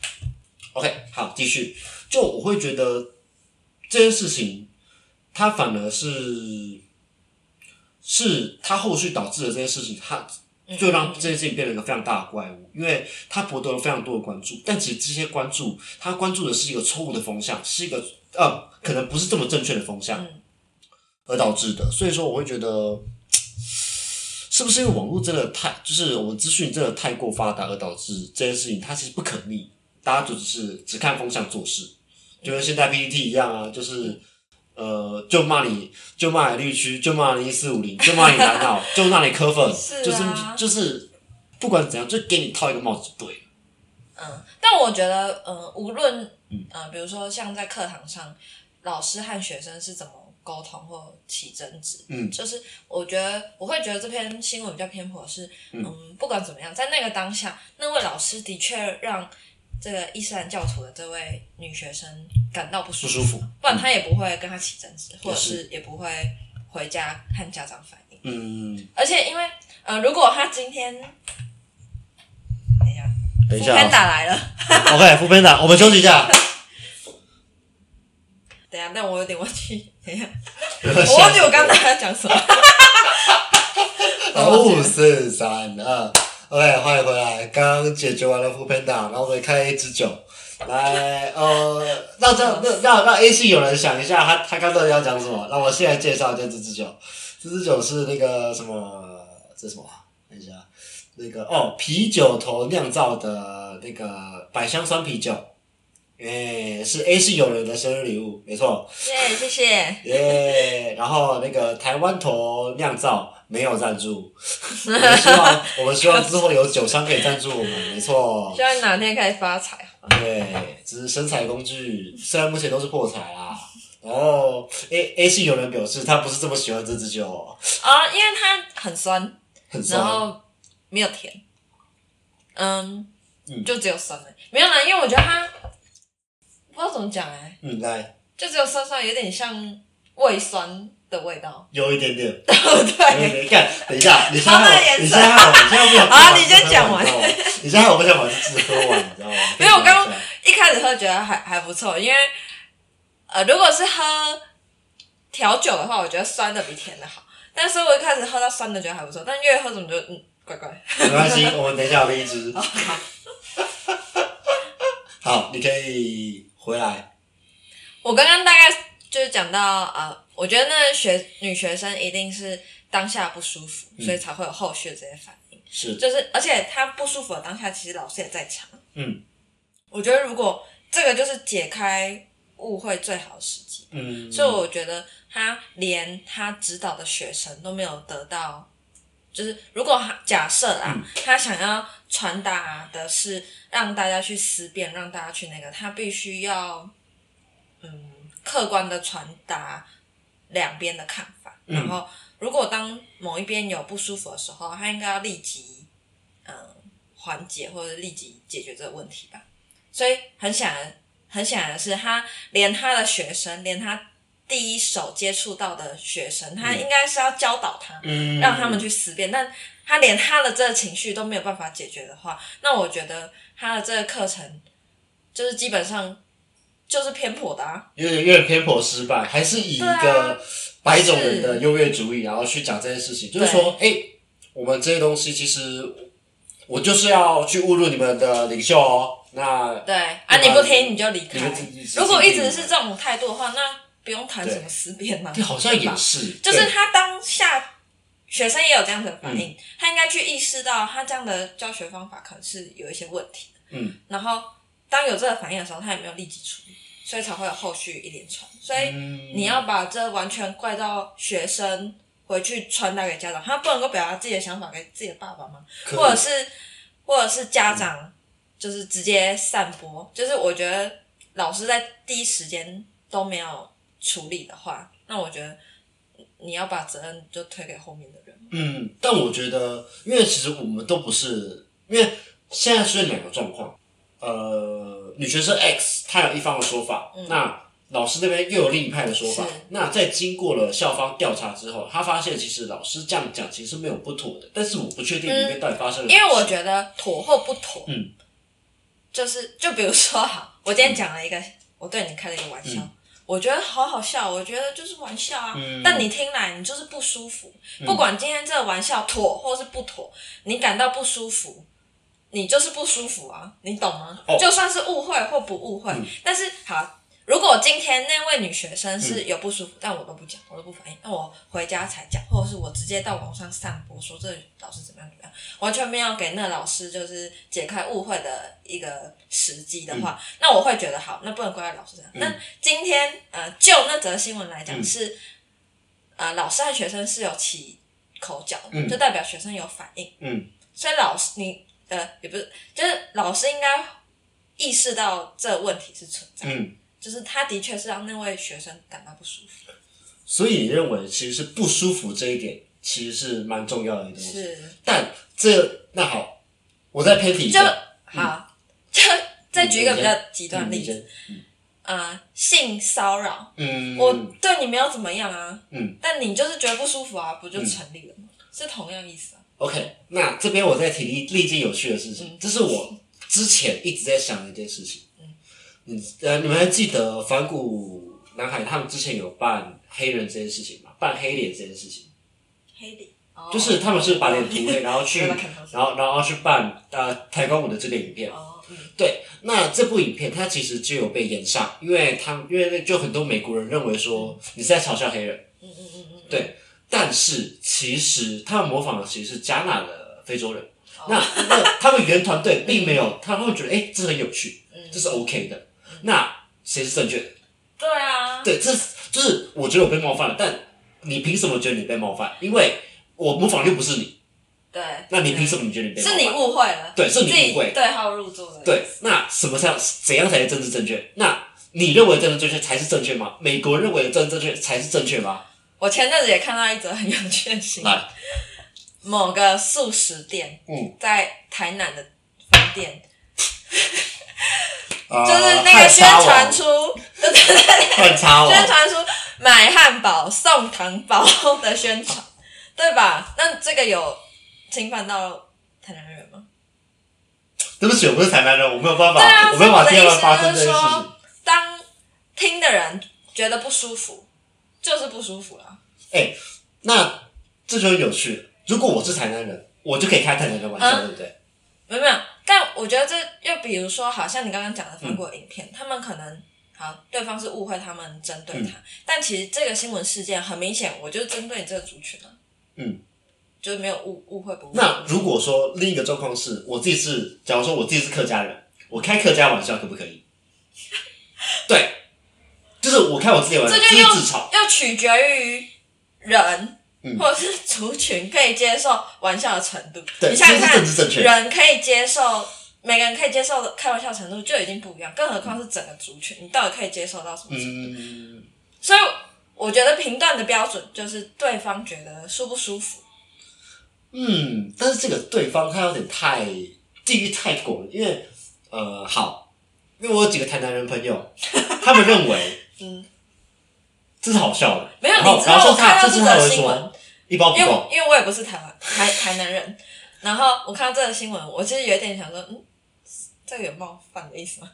，OK， 好，继续。就我会觉得这件事情，它反而是是它后续导致的这件事情，它。就让这件事情变成一个非常大的怪物，因为它博得了非常多的关注，但其实这些关注，它关注的是一个错误的风向，是一个呃，可能不是这么正确的风向，而导致的。所以说，我会觉得，是不是因为网络真的太，就是我们资讯真的太过发达，而导致这件事情它其实不可逆，大家就只是只看风向做事，就跟现在 P T T 一样啊，就是。呃，就骂你，就骂你绿区，就骂你一四五零，就骂你蓝脑，就骂你科粉，
是啊、
就是就是不管怎样，就给你套一个帽子就对了。
嗯，但我觉得，呃，无论呃，比如说像在课堂上，老师和学生是怎么沟通或起争执，嗯，就是我觉得我会觉得这篇新闻比较偏颇的是，嗯，嗯不管怎么样，在那个当下，那位老师的确让。这个伊斯兰教徒的这位女学生感到不舒服，
不舒服，
不然她也不会跟他起争执，或者是也不会回家和家长反映。嗯，而且因为呃，如果他今天，等一下，
等一下、哦，
副片打来了。
OK， 副片打，我们休息一下。
等一下，但我有点忘记，等一下，我忘记我刚才在讲什么。
五四三二。OK， 欢迎回来。刚刚解决完了副片档，然后我们开一支酒，来，呃，让让让让 A 系有人想一下，他他刚才要讲什么？让我现在介绍一下这支酒。这支酒是那个什么？这是什么？等一下，那个哦，啤酒头酿造的那个百香酸啤酒，耶、欸，是 A 系友人的生日礼物，没错。
耶，谢谢。
耶，然后那个台湾头酿造。没有赞助，我们希望我们希望之后有酒商可以赞助我们，没错。
希望哪天可以发财。
对，只是生财工具，虽然目前都是破财啦。然后 A A 系有人表示他不是这么喜欢这支酒
啊，因为它很酸，
很酸，
然后没有甜，嗯，嗯就只有酸的，没有啦，因为我觉得它不知道怎么讲哎、欸，
嗯，来，
就只有酸酸，有点像胃酸。的味道
有一点点，
对，
对，看，等一下，你现在，你现在，你现在不想
好，你先讲完，
你现在我不想把这字喝完，你知道吗？
因为我刚一开始喝觉得还还不错，因为呃，如果是喝调酒的话，我觉得酸的比甜的好，但是我一开始喝到酸的觉得还不错，但越喝怎么就嗯怪怪。
没关系，我们等一下有另一支。好，你可以回来。
我刚刚大概就是讲到呃。我觉得那学女学生一定是当下不舒服，嗯、所以才会有后续的这些反应。
是，
就是而且他不舒服的当下，其实老师也在场。
嗯，
我觉得如果这个就是解开误会最好的时机。
嗯，
所以我觉得他连他指导的学生都没有得到，就是如果他假设啦、嗯，他想要传达的是让大家去思辨，让大家去那个，他必须要嗯客观的传达两边的看法、嗯、然后如果当某一边有不舒服的时候，他应该要立即嗯缓解或者立即解决这个问题吧。所以很显然很显然的是，他连他的学生，连他第一手接触到的学生，他应该是要教导他、嗯、让他们去思辨，但他连他的这个情绪都没有办法解决的话，那我觉得他的这个课程就是基本上就是偏颇的啊，
有点有点偏颇失败，还是以一个白种人的优越主义，然后去讲这件事情，就是说，哎、欸，我们这些东西其实我就是要去侮辱你们的领袖哦。那
对啊，你不听你就离开。如果一直是这种态度的话，那不用谈什么思辨嘛。
对，好像也是。
就是他当下学生也有这样的反应、嗯，他应该去意识到他这样的教学方法可能是有一些问题的。嗯。然后当有这个反应的时候，他也没有立即处理，所以才会有后续一连串。所以你要把这完全怪到学生回去传达给家长，他不能够表达自己的想法给自己的爸爸吗？或者是或者是家长。嗯，就是直接散播，就是我觉得老师在第一时间都没有处理的话，那我觉得你要把责任就推给后面的人。
嗯，但我觉得，因为其实我们都不是，因为现在是两个状况，呃，女学生 X 她有一方的说法，嗯、那老师那边又有另一派的说法。那在经过了校方调查之后，他发现其实老师这样讲其实没有不妥的，但是我不确定里面到底发生了什么、嗯。
因为我觉得妥或不妥，嗯。就是就比如说好，我今天讲了一个、嗯、我对你开了一个玩笑、嗯、我觉得好好笑，我觉得就是玩笑啊、嗯、但你听来你就是不舒服、嗯、不管今天这个玩笑妥或是不妥，你感到不舒服你就是不舒服啊，你懂吗、哦、就算是误会或不误会、嗯、但是好，如果今天那位女学生是有不舒服、嗯、但我都不讲，我都不反应，那我回家才讲，或者是我直接到网上散播说这老师怎么样怎么样，完全没有给那老师就是解开误会的一个时机的话、嗯、那我会觉得好，那不能怪老师这样、嗯、那今天呃，就那则新闻来讲是、嗯、呃，老师和学生是有起口角的、嗯、就代表学生有反应，嗯，所以老师你呃也不是，就是老师应该意识到这问题是存在的，嗯，就是他的确是让那位学生感到不舒服。
所以你认为其实是不舒服这一点其实是蛮重要的一个东西。是。但这那好，我再偏题一下。
就好，就再举一个比较极端的例子。嗯。呃，性骚扰。嗯。我对你没有怎么样啊。嗯。但你就是觉得不舒服啊，不就成立了吗？嗯、是同样意思啊。
OK， 那这边我再提例例件有趣的事情、嗯，这是我之前一直在想的一件事情。嗯，呃，你们还记得反骨男孩他们之前有办黑人这件事情吗？办黑脸这件事情。
黑脸。哦。
就是他们是把脸涂黑，然后去，然后然后去办呃台光舞的这个影片。哦。嗯。对，那这部影片它其实就有被延上，因为他因为就很多美国人认为说你是在嘲笑黑人。嗯嗯嗯嗯。对，但是其实他们模仿的其实是加纳的非洲人。哦、那那他们原团队并没有，他们会觉得哎、欸，这很有趣，这是 OK 的。那谁是正确的？
对啊，
对，这就是我觉得我被冒犯了，但你凭什么觉得你被冒犯？因为我模仿又不是你。
对。
那你凭什么你觉得你被冒犯？
是你误会了。
对，是你误会。
对号入座的。
对，那什么样怎样才是政治正确？那你认为政治正确才是正确吗？美国人认为的政治正确才是正确吗？
我前阵子也看到一则很有趣的新闻，某个素食店，嗯，在台南的分店。就是那个宣传出，对对对，宣传出买汉堡送糖包的宣传，对吧？那这个有侵犯到台南人吗？
对不起，我不是台南人，我没有办法，
对啊、
我没有办法听他们发生这件事情。
当听的人觉得不舒服，就是不舒服了。
哎、欸，那这就很有趣。如果我是台南人，我就可以开台南的玩笑，嗯、对不对？
没有没有，但我觉得这又比如说，好像你刚刚讲的反骨影片、嗯，他们可能好，对方是误会他们针对他、嗯，但其实这个新闻事件很明显，我就是针对你这个族群啊。嗯， 就是没有误误会不误会。
那如果说另一个状况是我自己是，假如说我自己是客家人，我开客家玩笑可不可以？对，就是我开我自己的玩笑，
这就又
这是自嘲，
又取决于人。
嗯、
或者是族群可以接受玩笑的程度，
对，
你想想看，
这是政治正确，
人可以接受，每个人可以接受的开玩笑程度就已经不一样，更何况是整个族群，你到底可以接受到什么程度？嗯、所以我觉得评断的标准就是对方觉得舒不舒服。
嗯，但是这个对方他有点太地域太广了，因为呃，好，因为我有几个台南人朋友，他们认为，嗯。这是好笑的，
没有，你知道我看到这则新闻，
一包不够，
因为因为我也不是台湾台台南人，然后我看到这个新闻，我其实有一点想说，嗯，这个有冒犯的意思吗？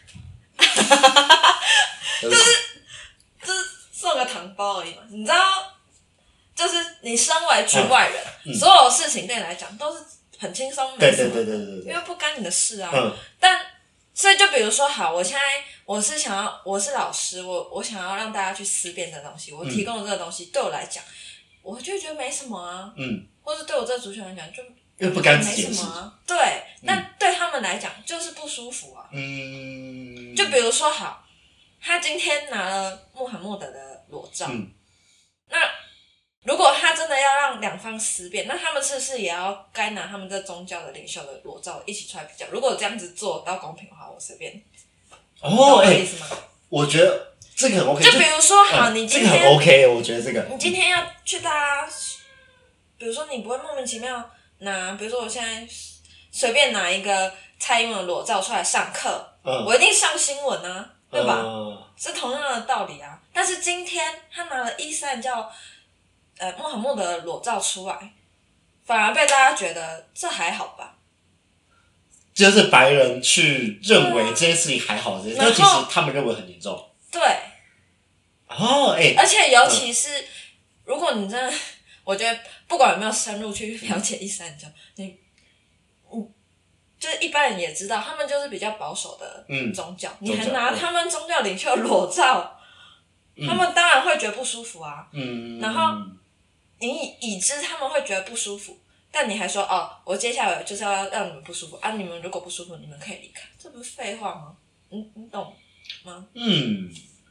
就是就是送个糖包而已嘛，你知道，就是你身为局外人，嗯、所有事情对你来讲都是很轻松，没什么，
对对对对对对，
因为不干你的事啊。
嗯、
但所以就比如说，好，我现在我是想要，我是老师，我我想要让大家去思辨这东西，我提供的这个东西、嗯、对我来讲，我就觉得没什么啊，嗯，或者对我这个族群来讲就
因为不干
没什么啊，对，那、嗯、对他们来讲就是不舒服啊，嗯，就比如说好，他今天拿了穆罕默德的裸照，嗯，那如果他真的要让两方思辨，那他们是不是也要该拿他们这宗教的领袖的裸照一起出来比较？如果这样子做到公平的话，我随便。
哦，
哎、欸，
我觉得这个很 OK。
就比如说，好，
嗯、
你今天、
这个很 OK， 我觉得这个。
你今天要去大家，比如说你不会莫名其妙拿，比如说我现在随便拿一个蔡英文的裸照出来上课，嗯、我一定上新闻啊，对吧？嗯、是同样的道理啊。但是今天他拿了伊斯兰教。呃，穆罕默德的裸照出来，反而被大家觉得这还好吧？
就是白人去认为这件事情还好，这但其实他们认为很严重。
对。
哦，哎、欸。
而且尤其是、嗯、如果你真的，我觉得不管有没有深入去了解伊斯兰教，你，你就是一般人也知道，他们就是比较保守的宗教，嗯、你还拿他们宗教领袖的裸照，嗯、他们当然会觉得不舒服啊。嗯。然后。你已知他们会觉得不舒服，但你还说哦，我接下来就是要让你们不舒服啊！你们如果不舒服，你们可以离开，这不是废话吗？你你懂吗？嗯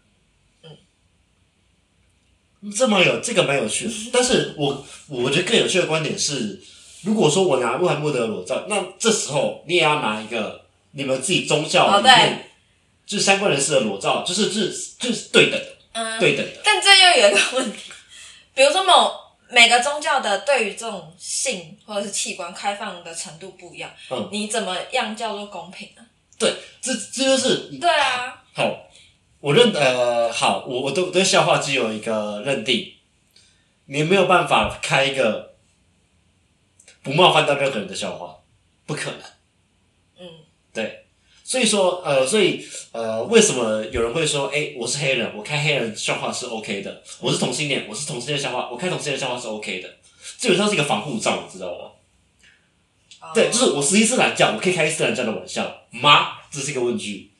嗯，这么有这个蛮有趣的，但是我我觉得更有趣的观点是，如果说我拿穆罕默德的裸照，那这时候你也要拿一个你们自己宗教里面、哦、就是相关人士的裸照，就是就是就是对等的，嗯，对等的。
但这又有一个问题，比如说某。每个宗教的对于这种性或者是器官开放的程度不一样，嗯，你怎么样叫做公平啊？
对，这这就是
对啊。
好，我认呃好，我我对对笑话只有一个认定，你没有办法开一个不冒犯到任何人的笑话，不可能。嗯，对。所以说，呃，所以，呃，为什么有人会说，哎、欸，我是黑人，我开黑人笑话是 OK 的；我是同性恋，我是同性恋笑话，我开同性恋笑话是 OK 的。基本上是一个防护罩，你知道吗？哦、对，就是我是伊斯兰教，我可以开伊斯兰教的玩笑吗？这是一个问句。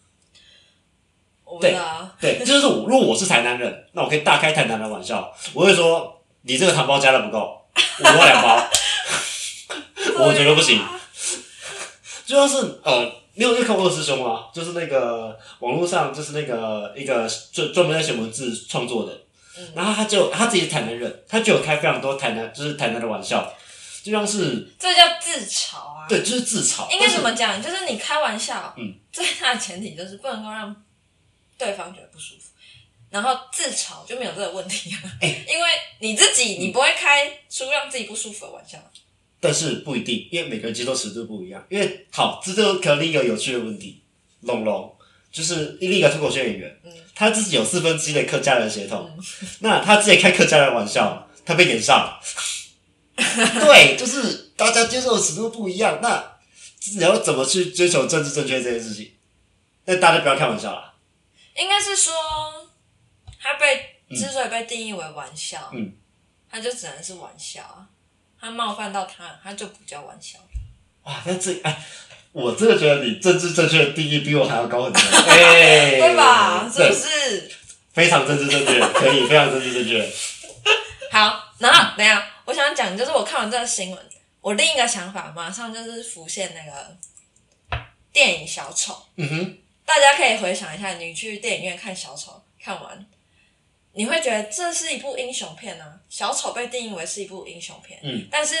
我不知道啊。
对，对，就是我，如果我是台南人，那我可以大开台南的玩笑，我会说，你这个糖包加的不够，我要两包。我觉得不行。就像是呃。你有看过二师兄吗？就是那个网络上，就是那个一个专专门在写文字创作的，嗯、然后他就他自己是台南人，他就有开非常多台南就是台南的玩笑，就像是
这叫自嘲啊。
对，就是自嘲。
应该怎么讲？就是你开玩笑，嗯，最大的前提就是不能够让对方觉得不舒服，然后自嘲就没有这个问题啊。欸、因为你自己你不会开出让自己不舒服的玩笑。
但是不一定，因为每个人接受程度不一样。因为好，这就可能另一个有趣的问题。龙龙就是另一个脱口秀演员，嗯、他自己有四分之一的客家人血统，嗯、那他之前开客家人玩笑，他被延上了。对，就是大家接受的尺度不一样，那你要怎么去追求政治正确这件事情？那大家不要开玩笑啦。
应该是说，他被之所以被定义为玩笑，嗯，他就只能是玩笑啊。他冒犯到他，他就不叫玩笑。
哇，那这哎，我真的觉得你政治正确的定义比我还要高很多，哎，
对吧？是不是？
非常政治正确，可以，非常政治正确。
好，然后等一下，我想讲就是我看完这个新闻，我另一个想法马上就是浮现那个电影小丑。
嗯哼，
大家可以回想一下，你去电影院看小丑，看完你会觉得这是一部英雄片啊。小丑被定义为是一部英雄片，
嗯，
但是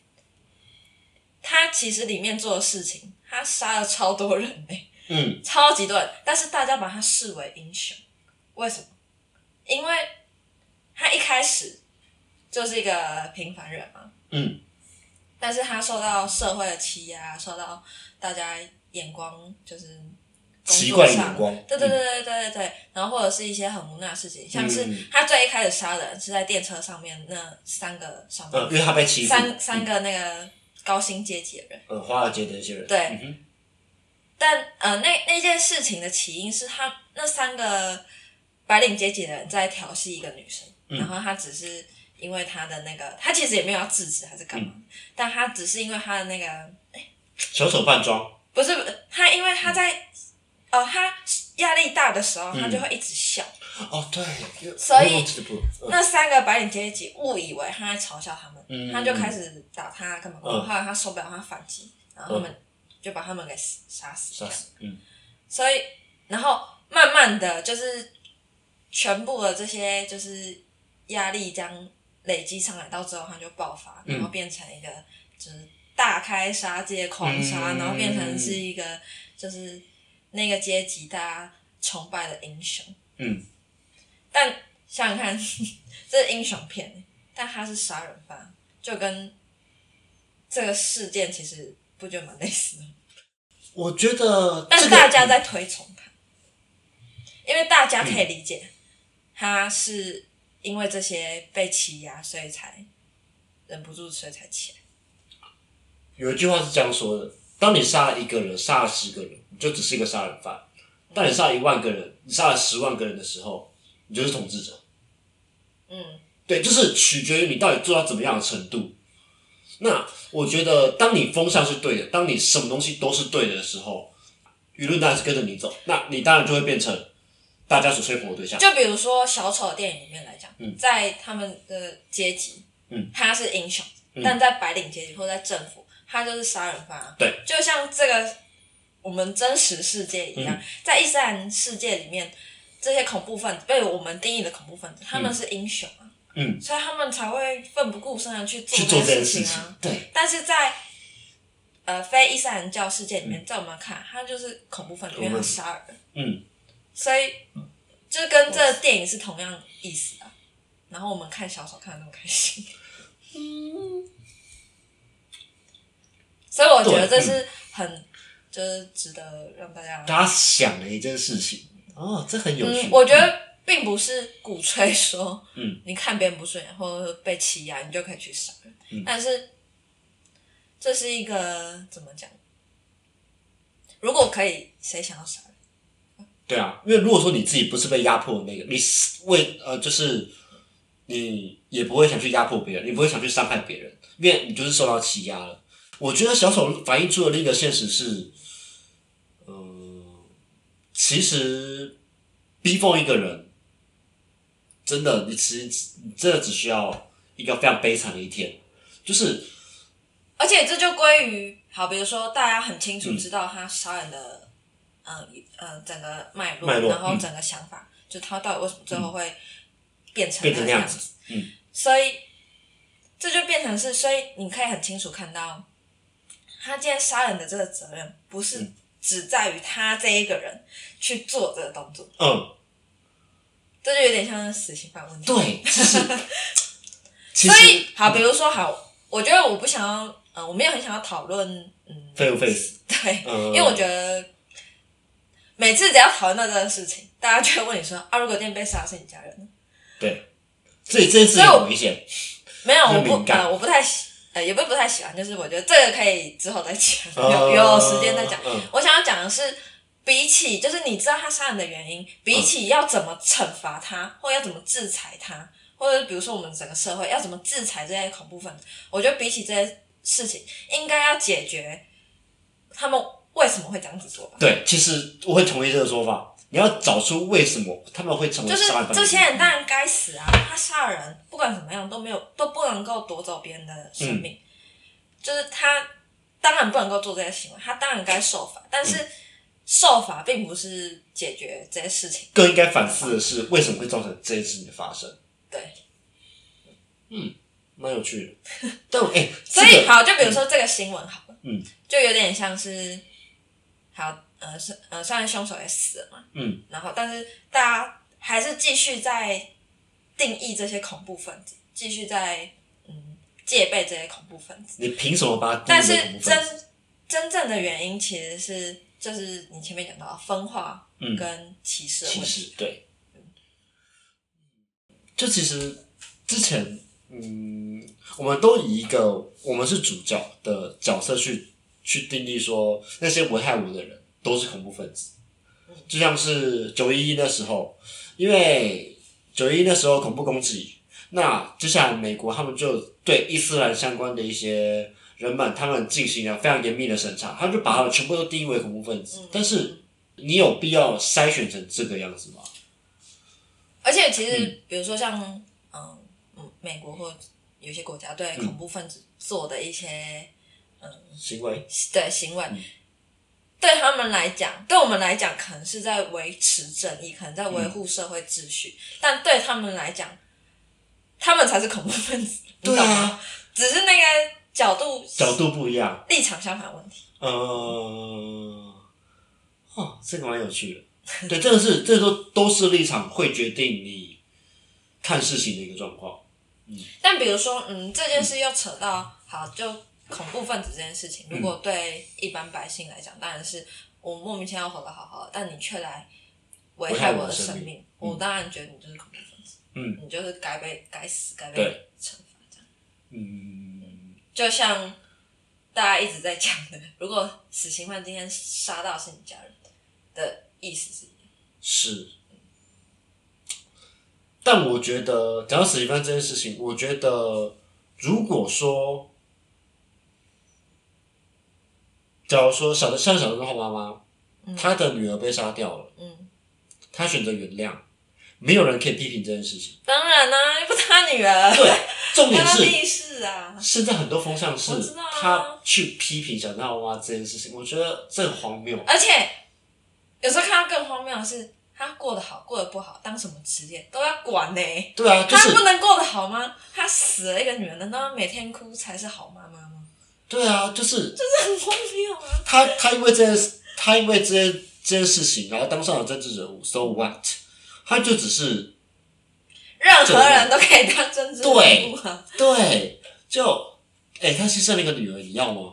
他其实里面做的事情，他杀了超多人嘞、欸，
嗯，
超级多人，但是大家把他视为英雄，为什么？因为他一开始就是一个平凡人嘛，
嗯，
但是他受到社会的欺压，受到大家眼光就是
奇怪的眼光，
对对对对对对对，然后或者是一些很无奈的事情，像是他最一开始杀人是在电车上面那三个上班族，
嗯，因为他被欺负，
三三个那个高薪阶级的人，
嗯，华尔街的那些人，
对，
嗯、
但呃那那件事情的起因是他那三个白领阶级的人在调戏一个女生，
嗯、
然后他只是因为他的那个，他其实也没有要制止还是干嘛，嗯、但他只是因为他的那个，哎，
小丑扮装，
不是他，因为他在。嗯哦，他压力大的时候，他就会一直笑。
嗯、哦，对，
所以、
嗯、
那三个白领阶级误以为他在嘲笑他们，
嗯、
他就开始打他，干嘛干嘛。后来他受不了，他反击，然后他们就把他们给杀死。
杀死，嗯。
所以，然后慢慢的就是全部的这些就是压力这样累积上来，到最后他就爆发，然后变成一个就是大开杀戒、狂杀，嗯、然后变成是一个就是。那个阶级大家崇拜的英雄，
嗯，
但想想看，这是英雄片，但他是杀人犯，就跟这个事件其实不就蛮类似的？
我觉得，
但是大家在推崇他，因为大家可以理解，他是因为这些被欺压，所以才忍不住，所以才起来。
有一句话是这样说的。当你杀了一个人，杀了十个人，你就只是一个杀人犯；当你杀了一万个人，你杀了十万个人的时候，你就是统治者。
嗯，
对，就是取决于你到底做到怎么样的程度。那我觉得，当你风向是对的，当你什么东西都是对的时候，舆论当然是跟着你走，那你当然就会变成大家所吹捧的对象。
就比如说小丑的电影里面来讲，
嗯、
在他们的阶级，
嗯，
他是英雄，
嗯、
但在白领阶级或者在政府。他就是杀人犯啊，
对，
就像这个我们真实世界一样，嗯、在伊斯兰世界里面，这些恐怖分子被我们定义的恐怖分子，他们是英雄啊，
嗯，
所以他们才会奋不顾身的去
做
这
件
事情啊。
对，
但是在呃非伊斯兰教世界里面，嗯、在我们看，他就是恐怖分子，因为他杀人，
嗯，
所以就跟这个电影是同样意思啊。然后我们看小丑看得那么开心，嗯。所以我觉得这是很、嗯、就是值得让大家
大家想的一件事情哦，这很有趣。
嗯、我觉得并不是鼓吹说，
嗯，你
看别人不顺眼或者被欺压，你就可以去杀人。
嗯、
但是这是一个怎么讲？如果可以，谁想要杀人？
对啊，因为如果说你自己不是被压迫的那个，你为呃就是你也不会想去压迫别人，你不会想去伤害别人，因为你就是受到欺压了。我觉得小丑反映出的另一个现实是，嗯，其实逼疯一个人，真的，你其实你真的只需要一个非常悲惨的一天，就是，
而且这就归于好，比如说大家很清楚知道他杀人的，嗯呃整个脉络，
脉络
然后整个想法，嗯、就他到底为什么最后会变成
变成
那样
子，嗯，
所以这就变成是，所以你可以很清楚看到。他今天杀人的这个责任，不是只在于他这一个人去做这个动作。
嗯，
这就有点像是死刑犯问题。
对，其实，
所以好，比如说好，我觉得我不想要，呃，我没有很想要讨论，嗯，
废不废死？
对，
嗯、
因为我觉得每次只要讨论到这个事情，大家就会问你说啊，如果今天被杀是你家人呢？
对，所以这件事情很危险。
没有，我不，呃，我不太喜。呃，也不是不太喜欢，就是我觉得这个可以之后再讲，有有时间再讲。
嗯、
我想要讲的是，比起就是你知道他杀人的原因，比起要怎么惩罚他，或要怎么制裁他，或者比如说我们整个社会要怎么制裁这些恐怖分子，我觉得比起这些事情，应该要解决他们为什么会这样子做吧。
对，其实我会同意这个说法， 你要找出为什么他们会成为杀人犯。
就是这些人当然该死啊！他杀人不管怎么样都没有都不能够夺走别人的生命，嗯、就是他当然不能够做这些行为，他当然该受罚，但是。嗯受罚并不是解决这些事情，
更应该反思的是为什么会造成这些事情的发生。
对，
嗯，蛮有趣的。但哎、欸，
所以、这个、好，就比如说这个新闻好了，
嗯，
就有点像是，好，呃，是呃，虽然凶手也死了嘛，
嗯，
然后但是大家还是继续在定义这些恐怖分子，继续在嗯戒备这些恐怖分子。
你凭什么把它定义为恐怖分子？
但是真真正的原因其实是。就是你前面讲到分化跟歧视的问题，
歧视对，就其实之前，嗯，我们都以一个我们是主角的角色去去定义说那些危害我的人都是恐怖分子，就像是九一一那时候，因为九一一那时候恐怖攻击，那接下来美国他们就对伊斯兰相关的一些。人们他们进行了非常严密的审查，他就把他们全部都定义为恐怖分子。嗯、但是你有必要筛选成这个样子吗？
而且其实，嗯、比如说像嗯嗯美国或有些国家对恐怖分子做的一些嗯
行为，
对行为，
嗯、
对他们来讲，对我们来讲，可能是在维持正义，可能在维护社会秩序，嗯、但对他们来讲，他们才是恐怖分子。
对啊，
只是那个。角度
角度不一样，
立场相反的问题。
呃，哦，这个蛮有趣的。对，这个是，这都都是立场会决定你看事情的一个状况。嗯，
但比如说，嗯，这件事又扯到、嗯、好，就恐怖分子这件事情，如果对一般百姓来讲，当然是我莫名其妙活得好好的，但你却来危害我的生命，
命
我当然觉得你就是恐怖分子。
嗯，
你就是该被该死，该被惩罚这样。
嗯。
就像大家一直在讲的，如果死刑犯今天杀到是你家人的意思是一样。
是，但我觉得讲到死刑犯这件事情，我觉得如果说，假如说小的像小的后妈妈，嗯、她的女儿被杀掉了，嗯，她选择原谅，没有人可以批评这件事情。
当然啦、啊，又不是她女儿。
对，重点是。
屁事啊！
现在很多风向是，
啊、
他去批评小张妈妈这件事情，我觉得这很荒谬。
而且有时候看到更荒谬的是，他过得好，过得不好，当什么职业都要管呢、欸。
对啊，就是、
他不能过得好吗？他死了一个女儿，难道每天哭才是好妈妈吗？
对啊，就是
就是很荒谬啊！
他他因为这件他因为这件这件事情，然后当上了政治人物 ，so what？ 他就只是。
任何人都可以当政治人物啊！
对，对就，哎、欸，他牺牲了一个女儿，你要吗？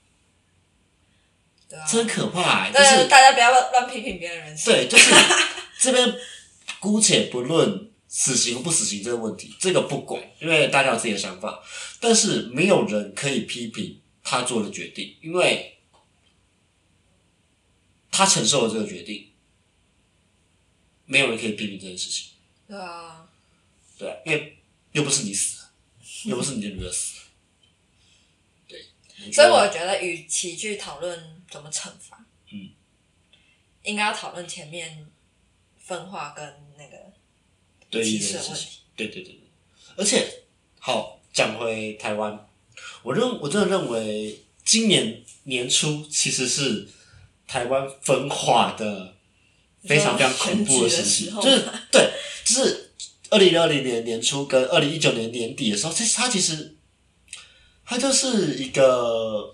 对啊，
真可怕、欸！
对，
就是
大家不要乱批评别人人生。
对，就是这边姑且不论死刑不死刑这个问题，这个不管，因为大家有自己的想法，但是没有人可以批评他做的决定，因为他承受了这个决定，没有人可以批评这件事情。
对啊。
对，因为又不是你死了，又不是你的女儿死了，对。
所以我觉得，与其去讨论怎么惩罚，
嗯，
应该要讨论前面分化跟那
个
歧视的问题。
对对对对，而且好讲回台湾，我认我真的认为今年年初其实是台湾分化的非常非常恐怖的时期，就是对，就是。二零二零年年初跟二零一九年年底的时候，其实它其实它就是一个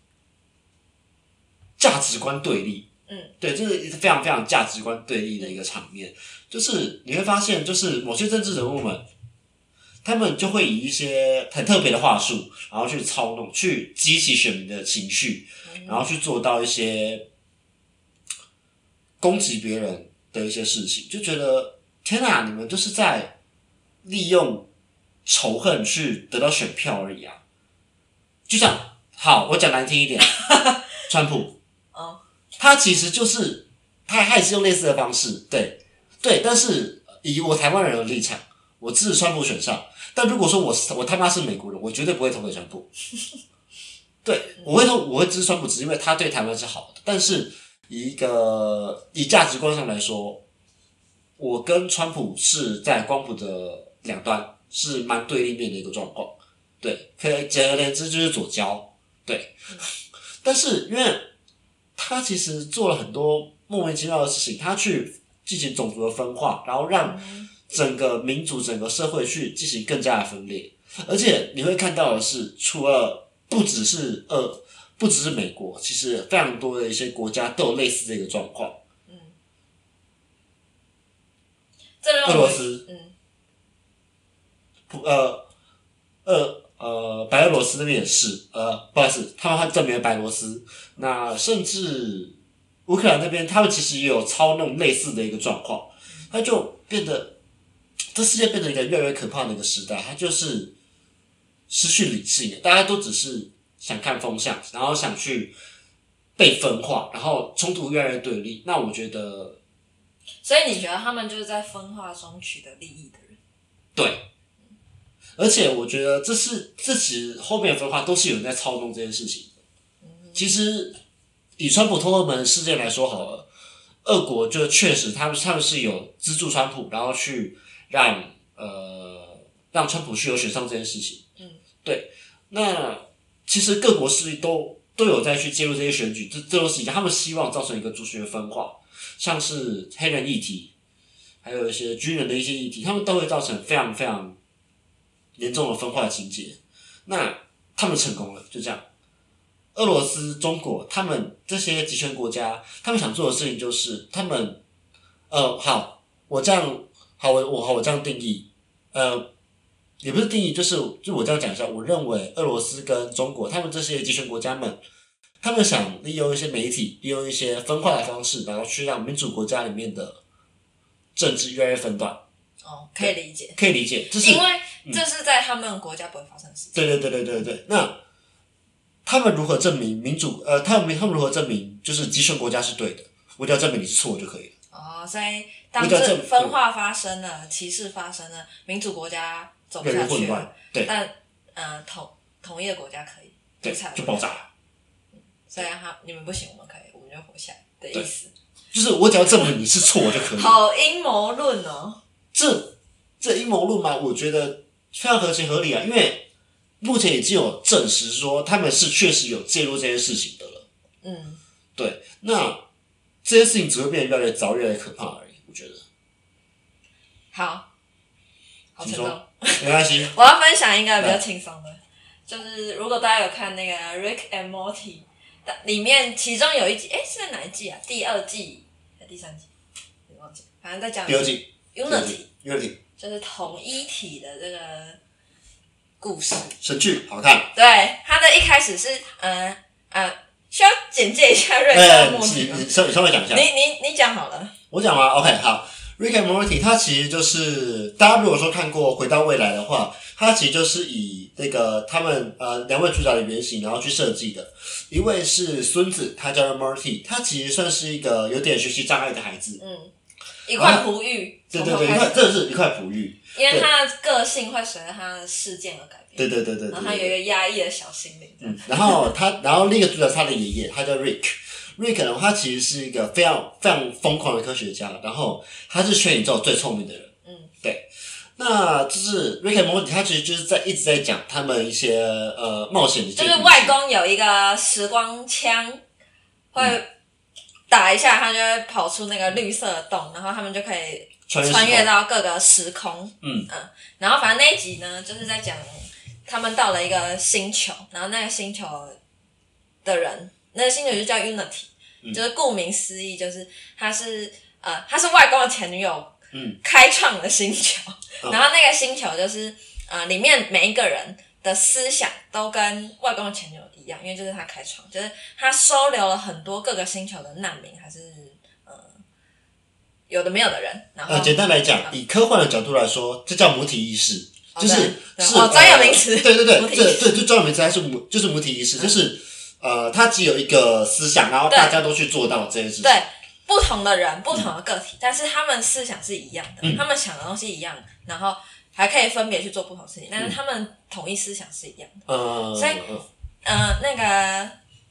价值观对立，
嗯，
对，这是非常非常价值观对立的一个场面。就是你会发现，就是某些政治人物们，他们就会以一些很特别的话术，然后去操弄，去激起选民的情绪，然后去做到一些攻击别人的一些事情，就觉得。天啊！你们就是在利用仇恨去得到选票而已啊！就像好，我讲难听一点，川普，
哦，
他其实就是他，他也是用类似的方式，对对。但是以我台湾人的立场，我支持川普选上。但如果说我我他妈是美国人，我绝对不会投给川普。对，我会投，我会支持川普，只是因为他对台湾是好的。但是以一个以价值观上来说，我跟川普是在光谱的两端，是蛮对立面的一个状况。对，可以简而言之就是左交。对，嗯、但是因为他其实做了很多莫名其妙的事情，他去进行种族的分化，然后让整个民族、整个社会去进行更加的分裂。而且你会看到的是，除了不只是呃，不只是美国，其实非常多的一些国家都有类似的一个状况。
嗯，
俄罗斯，
嗯，
普呃呃呃，白俄罗斯那边也是，呃，不好意思，他们还证明了白俄罗斯。那甚至乌克兰那边，他们其实也有操弄类似的一个状况，它就变得这世界变成一个越来越可怕的一个时代，它就是失去理性，大家都只是想看风向，然后想去被分化，然后冲突越来越对立。那我觉得，
所以你觉得他们就是在分化中取得利益的人？
对。而且我觉得这是这其实后面的分化都是有人在操弄这件事情的。嗯、其实以川普通俄门事件来说好了，俄国就确实他们他们是有资助川普，然后去让呃让川普去有选上这件事情。嗯，对。那其实各国势力都都有在去介入这些选举，这这都是一样，他们希望造成一个族群的分化，像是黑人议题，还有一些军人的一些议题，他们都会造成非常非常严重的分化的情节。那他们成功了，就这样。俄罗斯、中国，他们这些集权国家，他们想做的事情就是，他们，呃，好，我这样，好，我我好，我这样定义，呃，也不是定义，就是就我这样讲一下，我认为俄罗斯跟中国，他们这些集权国家们，他们想利用一些媒体，利用一些分化的方式，然后去让民主国家里面的政治越来越分段。
哦，可以理解，
可以理解，就是
因为这是在他们国家不会发生的事情。
对对对对对对，那他们如何证明民主？呃，他们他们如何证明就是集权国家是对的？我只要证明你是错就可以了。
哦，所以当这分化发生了，歧视发生了，民主国家走不下去了，
对，
但呃统统一的国家可以，
对，就爆炸了。
嗯，所以他你们不行，我们可以，我们就活下来的意思。
就是我只要证明你是错就可以了。
好阴谋论哦。
这这阴谋论嘛，我觉得非常合情合理啊，因为目前已经有证实说他们是确实有介入这件事情的了。嗯，对，那这件事情只会变得越来越糟，越来越可怕而已。我觉得。
好，好沉重，
没关系。
我要分享一个比较轻松的，就是如果大家有看那个《Rick and Morty》里面，其中有一集，哎，是在哪一季啊？第二季还是第三季？我忘记，反正在讲
第二季。
Unity
Unity
就是统一体的这个故事，
神剧好看。
对，它的一开始是呃呃，需要简介一下瑞克和莫蒂吗？
你稍稍微讲一下。
你你你讲好了。
我讲吗 ？OK， 好。Rick and Morty 它其实就是大家如果说看过《回到未来》的话，它其实就是以那个他们呃两位主角的原型，然后去设计的。一位是孙子，他叫做 Morty， 他其实算是一个有点学习障碍的孩子。嗯。一块璞玉， 对对对，一块真的是一块璞玉，
因为他的个性会随着他的事件而改变。
对对对对，
然后他有一个压抑的小心灵。
嗯，然后他，然后另一个主角他的爷爷，他叫 Rick。Rick 呢，他其实是一个非常非常疯狂的科学家，然后他是全宇宙最聪明的人。嗯，对。那就是 Rick and Morty， 他其实就是在一直在讲他们一些呃冒险的。
就是外公有一个时光枪，会。嗯打一下，他就会跑出那个绿色的洞，然后他们就可以穿越到各个时空。嗯嗯，然后反正那一集呢，就是在讲他们到了一个星球，然后那个星球的人，那个星球就叫 Unity，、嗯、就是顾名思义，就是他是呃他是外公的前女友开创的星球，嗯、然后那个星球就是呃里面每一个人的思想都跟外公的前女友一样，因为就是他开创，就是他收留了很多各个星球的难民，还是呃有的没有的人。然后
呃，简单来讲，嗯、以科幻的角度来说，这叫母体意识，
哦、
就是是
哦专有名词。
对对对，这对就专有名词，还是母就是母体意识，嗯、就是呃，它只有一个思想，然后大家都去做到这件事情。
对，不同的人，不同的个体，嗯、但是他们思想是一样的，嗯、他们想的东西一样，然后。还可以分别去做不同事情，但是他们统一思想是一样的，嗯、所以，呃，那个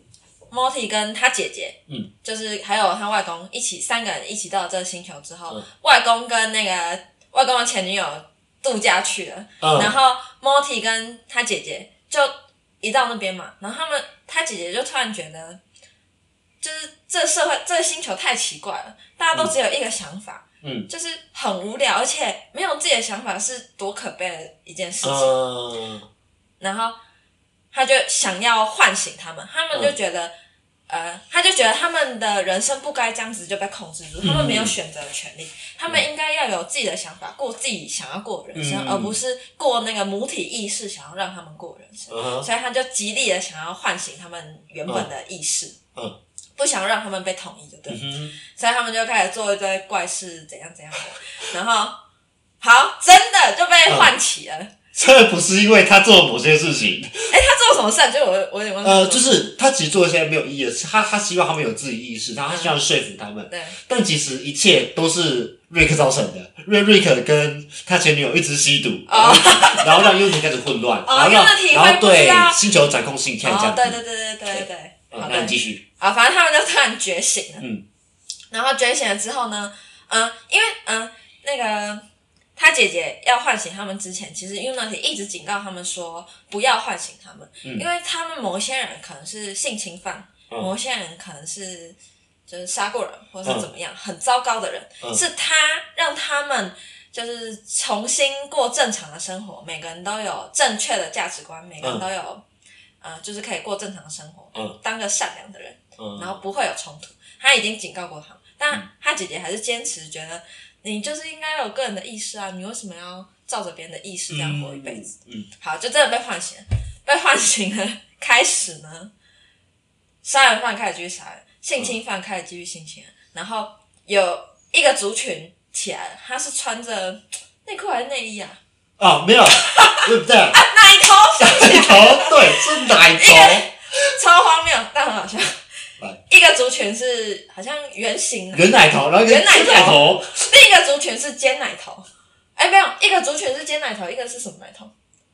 Morty 跟他姐姐，
嗯，
就是还有他外公一起三个人一起到这个星球之后，
嗯、
外公跟那个外公的前女友度假去了，
嗯、
然后 Morty 跟他姐姐就一到那边嘛，然后他们他姐姐就突然觉得，就是这个社会这个星球太奇怪了，大家都只有一个想法。嗯，就是很无聊，而且没有自己的想法是多可悲的一件事情。嗯、然后他就想要唤醒他们，他们就觉得，嗯、呃，他就觉得他们的人生不该这样子就被控制住，嗯、他们没有选择的权利，他们应该要有自己的想法，过自己想要过的人生，嗯、而不是过那个母体意识想要让他们过人生。嗯、所以他就极力的想要唤醒他们原本的意识。嗯嗯不想让他们被统一，就对，嗯、所以他们就开始做一堆怪事，怎样怎样的，然后好，真的就被唤起了。嗯、
这不是因为他做了某些事情，
哎、欸，他做了什么事？就我我有点忘记。
呃，就是他其实做一些没有意义的事，他他希望他们有自己意识，他他希望说服他们。对、嗯。但其实一切都是瑞克造成的，因为瑞克跟他前女友一直吸毒，哦、然后让 Unity 开始混乱，哦、然后让然后对星球掌控性开始这样子。
对对对对对对对。
好，那你继续。
啊，反正他们就突然觉醒了。嗯。然后觉醒了之后呢，嗯，因为嗯那个他姐姐要唤醒他们之前，其实 Unity 一直警告他们说不要唤醒他们，嗯、因为他们某些人可能是性侵犯，嗯、某些人可能是就是杀过人或是怎么样，嗯、很糟糕的人，嗯、是他让他们就是重新过正常的生活，每个人都有正确的价值观，每个人都有。嗯呃，就是可以过正常的生活，嗯、当个善良的人，嗯、然后不会有冲突。他已经警告过他，但他姐姐还是坚持觉得你就是应该有个人的意识啊，你为什么要照着别人的意识这样活一辈子？嗯嗯、好，就真的被唤醒了，被唤醒了。开始呢，杀人犯开始继续杀人，性侵犯开始继续性侵，嗯、然后有一个族群起来了，他是穿着内裤还是内衣啊？
哦，没有，对不对？啊，
奶头，
奶头，对，是奶头，
超荒谬，但很好笑。一个族群是好像圆形的
圆奶头，然后一个
圆奶
头，头
另一个族群是尖奶头。哎，没有，一个族群是尖奶头，一个是什么奶头？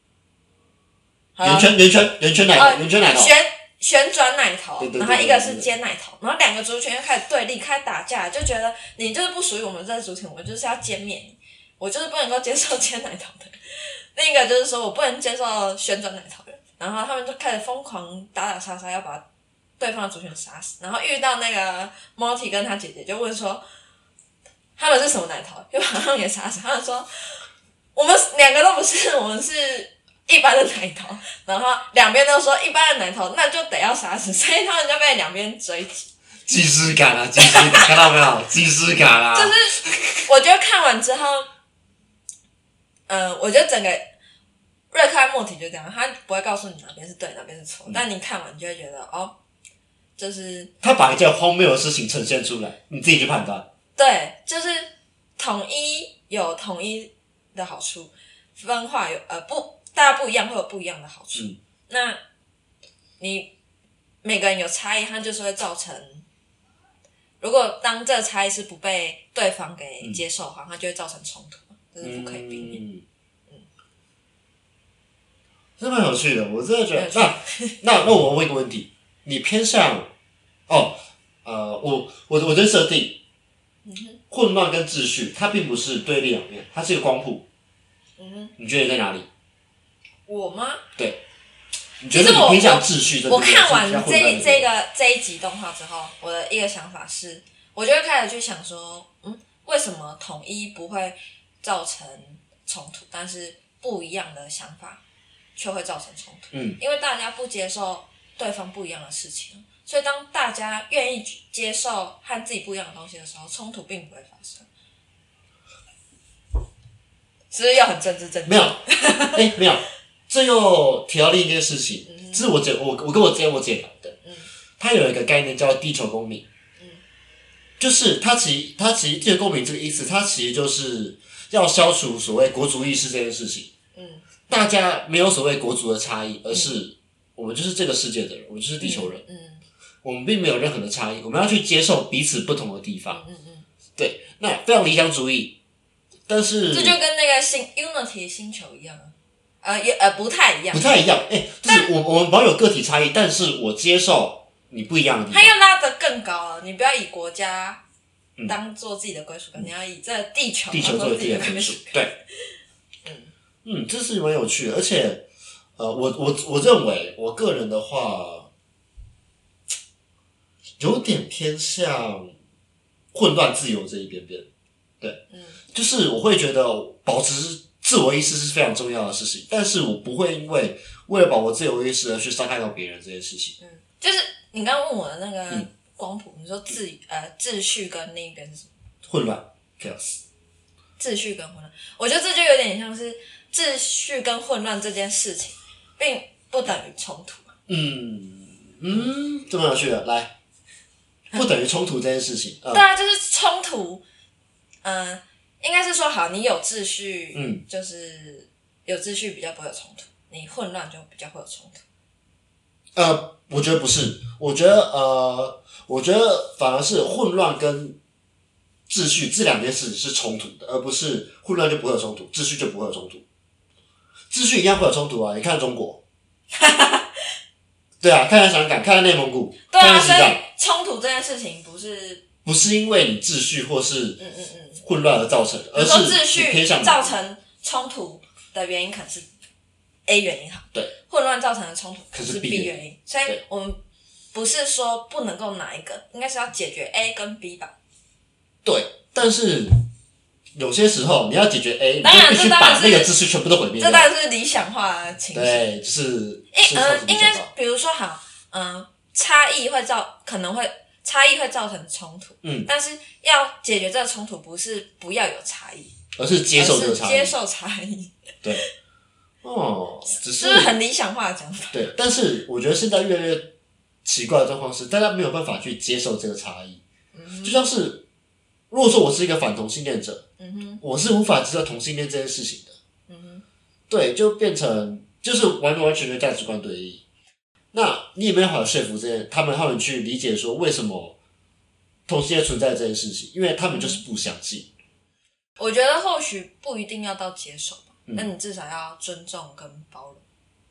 圆圈，圆圈，圆圈奶头，圆圈奶头，
旋旋转奶头，
对对对对对对，
然后一个是尖奶头，然后两个族群又开始对立，开始打架，就觉得你就是不属于我们这个族群，我们就是要歼灭你。我就是不能够接受尖奶头的，另一个就是说我不能接受旋转奶头的，然后他们就开始疯狂打打杀杀，要把对方的族群杀死。然后遇到那个 Morty 跟他姐姐，就问说他们是什么奶头，就把他们也杀死。他们说我们两个都不是，我们是一般的奶头。然后两边都说一般的奶头，那就得要杀死，所以他们就被两边追击。
既视感啊，既视感，看到没有？既视感啊！
就是我觉得看完之后。嗯，我觉得整个瑞克和莫提就这样，他不会告诉你哪边是对，哪边是错，嗯、但你看完你就会觉得，哦，就是
他把一件荒谬的事情呈现出来，你自己去判断。
对，就是统一有统一的好处，分化有呃不，大家不一样会有不一样的好处。嗯、那你每个人有差异，它就是会造成，如果当这个差异是不被对方给接受的话，嗯、它就会造成冲突。这是不可以避免。嗯，嗯
这蛮有趣的，我真的觉得。那那那我问一个问题，你偏向哦呃，我我我的设定，嗯、混乱跟秩序，它并不是对立两面，它是一个光谱。嗯哼，你觉得在哪里？
我吗？
对，你觉得你偏向秩序这
我？我看完这这个这一集动画之后，我的一个想法是，我就会开始去想说，嗯，为什么统一不会造成冲突，但是不一样的想法却会造成冲突。嗯，因为大家不接受对方不一样的事情，所以当大家愿意接受和自己不一样的东西的时候，冲突并不会发生。是不是要很政治正确？
没有，哎、欸，没有，这又提到另一件事情，嗯、这是我姐，我我跟我姐我姐聊的，嗯，她有一个概念叫地球公民，嗯，就是她其实她其实地球公民这个意思，它其实就是要消除所谓国族意识这件事情，嗯，大家没有所谓国族的差异，而是我们就是这个世界的人，我们就是地球人，嗯，嗯我们并没有任何的差异，我们要去接受彼此不同的地方，嗯嗯，嗯对，那非常理想主义。但是
这就跟那个星 Unity 星球一样啊，呃也呃不太一样，
不太一样，哎、欸，就是我我们保有个体差异，但是我接受你不一样的地方。
他要拉得更高了，你不要以国家当做自己的归属感，嗯、你要以这地球
地球作为自己的
归
属。对，嗯嗯，这是蛮有趣的，而且呃，我我我认为我个人的话，有点偏向混乱自由这一边边。对，嗯，就是我会觉得保持自我意识是非常重要的事情，但是我不会因为为了保护自由意识而去伤害到别人这件事情。
嗯，就是你刚刚问我的那个光谱，嗯、你说秩呃秩序跟另一边是什么？
混乱 chaos。
秩序跟混乱，我觉得这就有点像是秩序跟混乱这件事情，并不等于冲突。
嗯嗯，这么有趣的，来，不等于冲突这件事情。嗯、
对啊，就是冲突。嗯、呃，应该是说好，你有秩序，嗯，就是有秩序比较不会有冲突，你混乱就比较会有冲突。
呃，我觉得不是，我觉得呃，我觉得反而是混乱跟秩序这两件事是冲突的，而不是混乱就不会有冲突，秩序就不会有冲突。秩序一样会有冲突啊！你看中国，对啊，看看香港，看看内蒙古，
对啊，
看看西藏，
冲突这件事情不是
不是因为你秩序或是嗯嗯嗯混乱而造成的，而是
秩序造成冲突的原因可能是 A 原因好，
对，
混乱造成的冲突可能是
B
B 原因，所以我们不是说不能够哪一个，应该是要解决 A 跟 B 吧。
对，但是有些时候你要解决 A， 你就必须把那个秩序全部都毁灭掉。
这当然是理想化的情形。
对，就是
呃，应该比如说好，嗯、呃，差异会造可能会差异会造成冲突，嗯，但是要解决这个冲突，不是不要有差异，
而是接受这个差异，
接受差异。
对，哦，只是
就是很理想化的讲法。
对，但是我觉得现在越来越奇怪的状况是，大家没有办法去接受这个差异，嗯、就像是。如果说我是一个反同性恋者，嗯哼，我是无法接受同性恋这件事情的，嗯哼，对，就变成就是完完全全价值观对立。那你有没有办法说服这些他们，他们去理解说为什么同性恋存在这件事情？因为他们就是不相信。
我觉得或许不一定要到接受吧，那、嗯、你至少要尊重跟包容。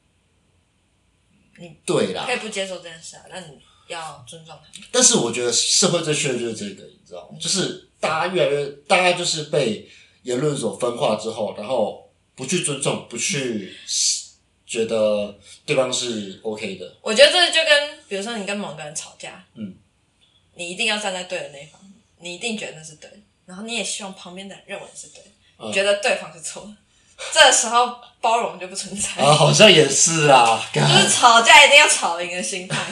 你
对啦，
可以不接受这件事啊，但你要尊重他们。
但是我觉得社会最缺的就是这个，你知道吗？嗯、就是大家越来越，大家就是被言论所分化之后，然后不去尊重，不去觉得对方是 OK 的。
我觉得这就跟比如说你跟某个人吵架，嗯，你一定要站在对的那一方，你一定觉得那是对的，然后你也希望旁边的人认为是对的，嗯、觉得对方是错的。这时候包容就不存在
啊，好像也是啊，
就是吵架一定要吵赢的心态。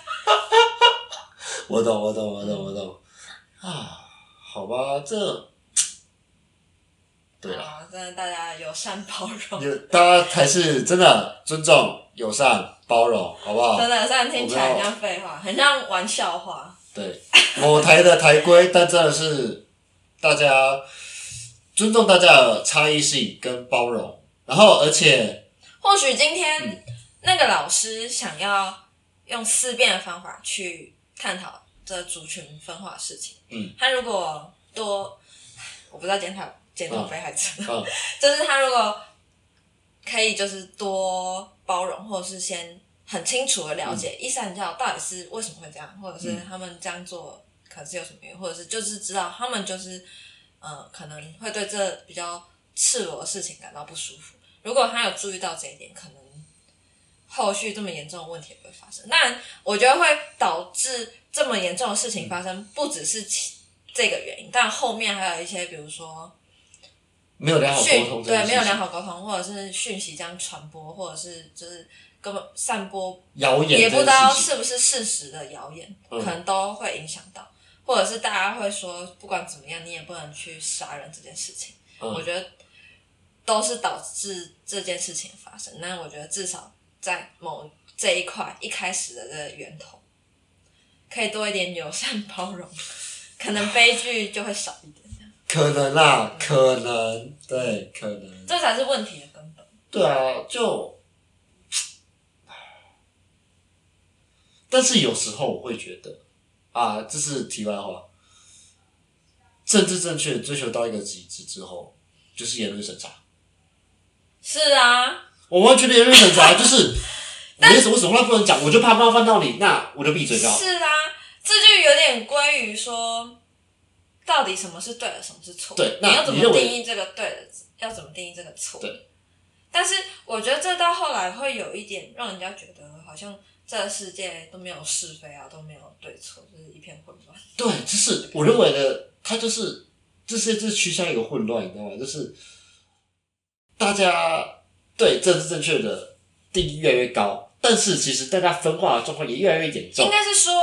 我懂，我懂，我懂，我懂。啊，好吧，这，对
啦，真的大家友善包容，
大家还是真的尊重、友善、包容，好不好？
真的，虽然听起来很像废话，很像玩笑话。
对，某台的台规，但真的是大家。尊重大家的差异性跟包容，然后而且，
或许今天、嗯、那个老师想要用思辨的方法去探讨这族群分化的事情。嗯，他如果多，我不知道检讨检讨被害者，嗯嗯、就是他如果可以就是多包容，或者是先很清楚的了解伊斯兰教到底是为什么会这样，或者是他们这样做可能是有什么原因，或者是就是知道他们就是。呃，可能会对这比较赤裸的事情感到不舒服。如果他有注意到这一点，可能后续这么严重的问题也不会发生。当然，我觉得会导致这么严重的事情发生，不只是这个原因，但后面还有一些，比如说
没有良好沟通，
对，没有良好沟通，或者是讯息这样传播，或者是就是根本散播
谣言，
也不知道是不是事实的谣言，嗯、可能都会影响到。或者是大家会说，不管怎么样，你也不能去杀人这件事情。嗯、我觉得都是导致这件事情发生。那我觉得至少在某这一块一开始的这个源头，可以多一点友善包容，可能悲剧就会少一点。
可能啦，嗯、可能，对，可能。
这才是问题的根本。
对啊，就，但是有时候我会觉得。啊，这是题外话。政治正确追求到一个极致之后，就是言论审查。
是啊，
我完全的言论审查就是我连什么什么话不能讲，我就怕冒犯到你，那我就闭嘴就好。
是啊，这就有点归于说，到底什么是对的，什么是错？
对，
你要怎么定义这个对的？要怎么定义这个错？
对。
但是我觉得这到后来会有一点让人家觉得好像这个世界都没有是非啊，都没有对错，就是一片混乱。
对，就是我认为的，它就是这世界就是趋向一个混乱，你知道吗？就是大家对政治正确的定义越来越高，但是其实大家分化的状况也越来越严重。
应该是说，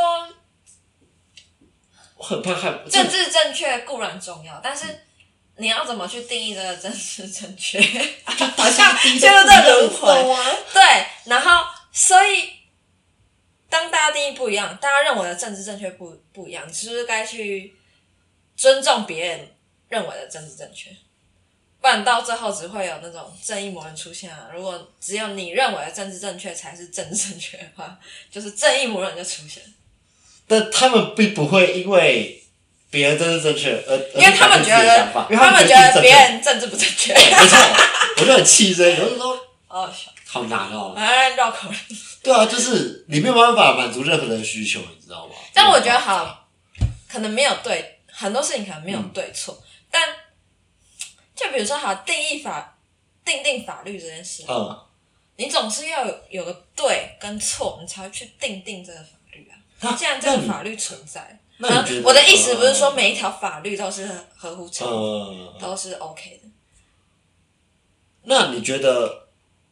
我很怕看
政治正确固然重要，但是你要怎么去定义这个政治正确？好像进入这轮回。对，然后所以当大家定义不一样，大家认为的政治正确不不一样，你是不是该去尊重别人认为的政治正确？不然到最后只会有那种正义魔人出现啊！如果只有你认为的政治正确才是政治正确的话，就是正义魔人就出现。
但他们并不会因为别人政治正确而，
因为他们觉得，
因为
他们觉得别人政治不正确。
没错，我就很气这个，我就说，
哦，
好难哦，
哎，绕口令。
对啊，就是你没有办法满足任何人的需求，你知道吗？
但我觉得好，可能没有对，很多事情可能没有对错，嗯、但就比如说好定义法定定法律这件事，嗯，你总是要有有个对跟错，你才会去定定这个法律啊。既然这个法律存在，
那你觉得
我的意思不是说每一条法律都是合乎常理，
嗯，
都是 OK 的。
那你觉得？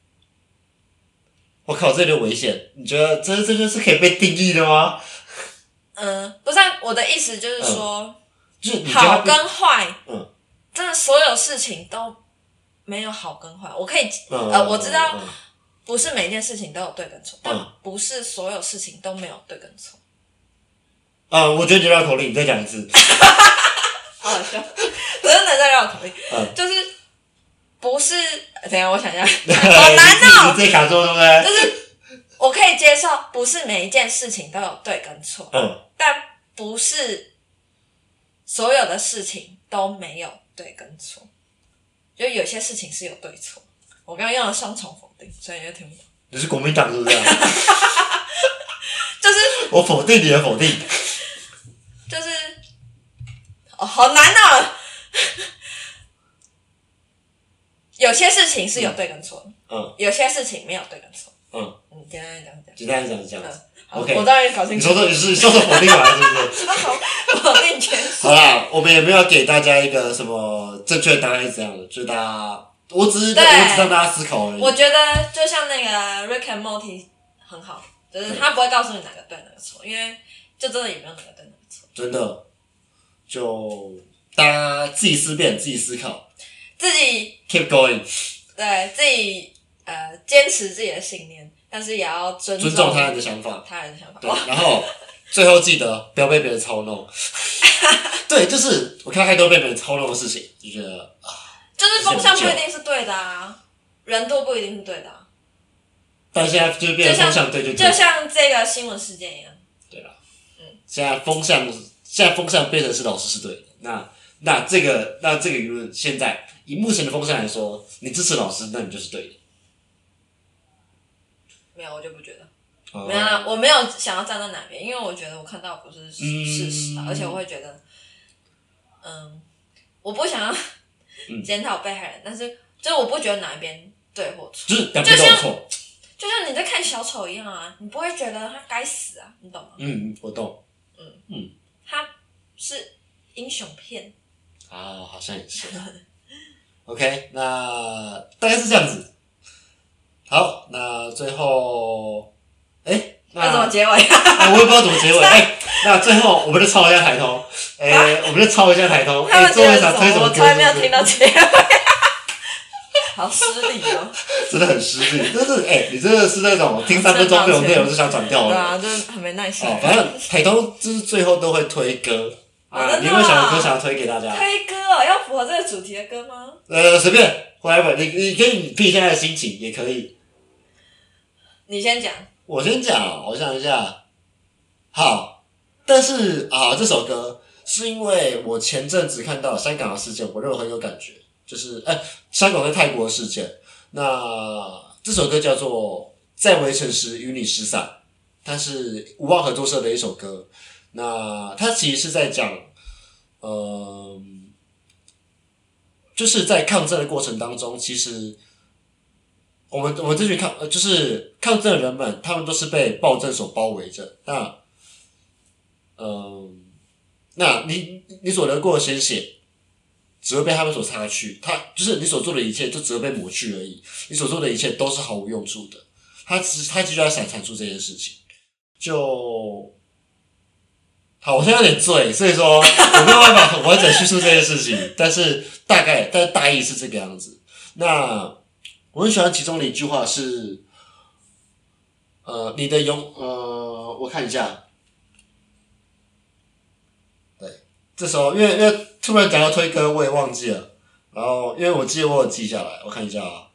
我靠，这有点危险。你觉得这这就是可以被定义的吗？
嗯，不是、啊，我的意思就是说，
嗯、就是你
好跟坏，
嗯，
真的所有事情都没有好跟坏。我可以，
嗯、
呃，我知道不是每件事情都有对跟错，
嗯、
但不是所有事情都没有对跟错。
啊、嗯，我觉得你绕口令，你再讲一次。
好好笑，真的在绕口令，
嗯，
就是不是？等一下，我想一下，好难哦。
你自己卡住对不对？
就是我可以接受，不是每一件事情都有对跟错，
嗯，
但不是所有的事情都没有对跟错，就有些事情是有对错。我刚刚用了双重否定，所以你就听不懂。
你是国民党是不是？
就是
我否定你的否定，
就是哦，好难哦。有些事情是有对跟错的，嗯，有些事情没有对跟错，嗯，嗯，简单讲讲，
简单讲讲，嗯
，OK， 我终于搞清楚，
你说说你是说说否定完是不是？
否定全是。
好啦，我们也没有给大家一个什么正确答案是怎样的，就是大家，我只是我只让大家思考而已。
我觉得就像那个 Rick and Morty 很好，就是他不会告诉你哪个对哪个错，因为就真的也没有哪个对哪个错。
真的，就大家自己思辨，自己思考。
自己
keep going，
对自己呃坚持自己的信念，但是也要尊重
尊重他人的想法，
他人的想法。
对，然后最后记得不要被别人操弄。对，就是我看太多被别人操弄的事情，就觉得啊，
就是风向不一定是对的啊，人多不一定是对的啊。
但现在就是变成风向对就对，
就像这个新闻事件一样。
对啦，嗯，现在风向现在风向变成是老师是对的，那那这个那这个舆论现在。以目前的风向来说，你支持老师，那你就是对的。
没有，我就不觉得。哦、没有啦，我没有想要站在哪边，因为我觉得我看到不是事实、啊嗯、而且我会觉得，嗯，我不想要检讨被害人，嗯、但是就是我不觉得哪一边对或错，
就是两边都有错。
就像你在看小丑一样啊，你不会觉得他该死啊，你懂吗？
嗯，我懂。
嗯嗯，他是英雄片。
啊，好像也是。OK， 那大概是这样子。好，那最后，哎、欸，那
要怎么结尾、
啊？我也不知道怎么结尾。哎、欸，那最后我们就抄一下台通，哎、欸，我们就抄一下台通。哎、欸，座位上推什么歌？
我从来没有听到结尾，好失礼哦。
真的很失礼，真是哎、欸，你真的是那种听三分钟内容内容就想转掉了。
对啊，就是很没耐心。
哦，反正台通就是最后都会推歌。啊，你有没有想歌想要推给大家？
推歌哦，要符合这个主题的歌吗？
呃，随便 ，whatever， 你你可以凭现在的心情也可以。
你先讲。
我先讲，我想一下。好，但是啊，这首歌是因为我前阵子看到香港的事件，我认为很有感觉，就是哎、欸，香港跟泰国的事件。那这首歌叫做《 在围城时与你失散，它是无望合作社的一首歌。那它其实是在讲，呃，就是在抗争的过程当中，其实我们我们这群抗呃就是抗争的人们，他们都是被暴政所包围着。那，嗯、呃，那你你所流过的鲜血，只会被他们所擦去。他就是你所做的一切，就只会被抹去而已。你所做的一切都是毫无用处的。他只他就在想阐述这件事情，就。好，我现在有点醉，所以说我没有办法很完整叙述这件事情，但是大概，但是大意是这个样子。那我很喜欢其中的一句话是，呃，你的勇，呃，我看一下，对，这时候因为因为突然讲到推歌，我也忘记了，然后因为我记得我有记下来，我看一下啊。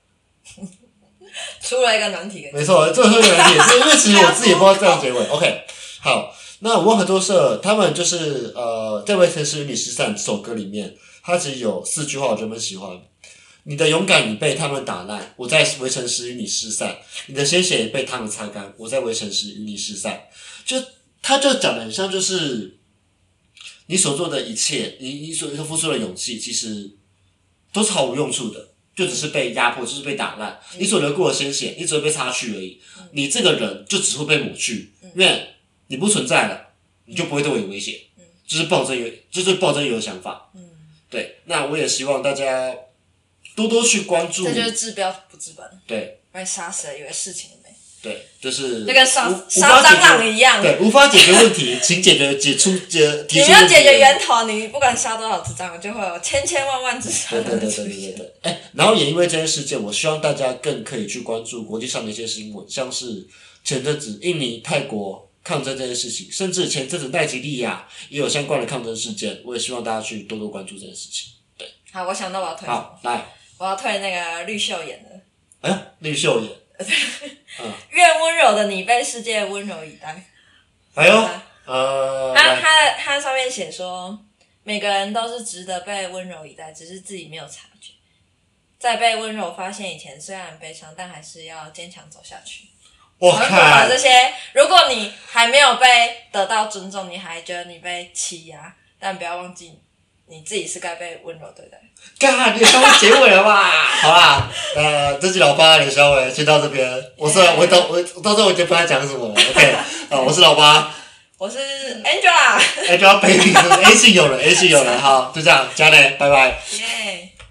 出了一个难题，
没错，这是一个难题，因为其实我自己也不知道这样结尾。OK， 好。那无望合作社他们就是呃，在《围城时与你失散》这首歌里面，它其实有四句话我就很喜欢。你的勇敢已被他们打烂，我在围城时与你失散；你的鲜血也被他们擦干，我在围城时与你失散。就他就讲的很像，就是你所做的一切，你你所付出的勇气，其实都是毫无用处的，就只是被压迫，就是被打烂。你所流过的鲜血，你只会被擦去而已。你这个人就只会被抹去，因为你不存在了，你就不会对我有威胁。嗯，就是抱着有，就是抱着有的想法。嗯，对。那我也希望大家多多去关注。
这就是治标不治本。
对。
被杀死了，以为事情没。
对，就是
就跟杀杀蟑螂一样。
对，无法解决问题，请解决解出解提出。
你没有解决源头，你不管杀多少只蟑螂，就会有千千万万只蟑螂出现。
对对对对对对。哎，然后也因为这件事件，我希望大家更可以去关注国际上的一些新闻，像是前阵子印尼、泰国抗争这件事情，甚至前阵子奈及利亚也有相关的抗争事件，我也希望大家去多多关注这件事情。对，
好，我想到我要推。
好，来，
我要推那个绿秀演的。
哎呀，绿秀演。
嗯。愿温柔的你被世界温柔以待。
哎呦，呃，
他他他上面写说，每个人都是值得被温柔以待，只是自己没有察觉。在被温柔发现以前，虽然悲伤，但还是要坚强走下去。
我看
这些，如果你还没有被得到尊重，你还觉得你被欺压，但不要忘记你自己是该被温柔对待。
干，你稍微结尾了吧？好啦，呃，这集老八连小伟先到这边。我是我到我到时候我就不知道讲什么了。OK， 啊，我是老八，
我是 Angela，Angela
Baby， A 姓有人 ，A 姓有人，好，就这样，加嘞，拜拜。
耶。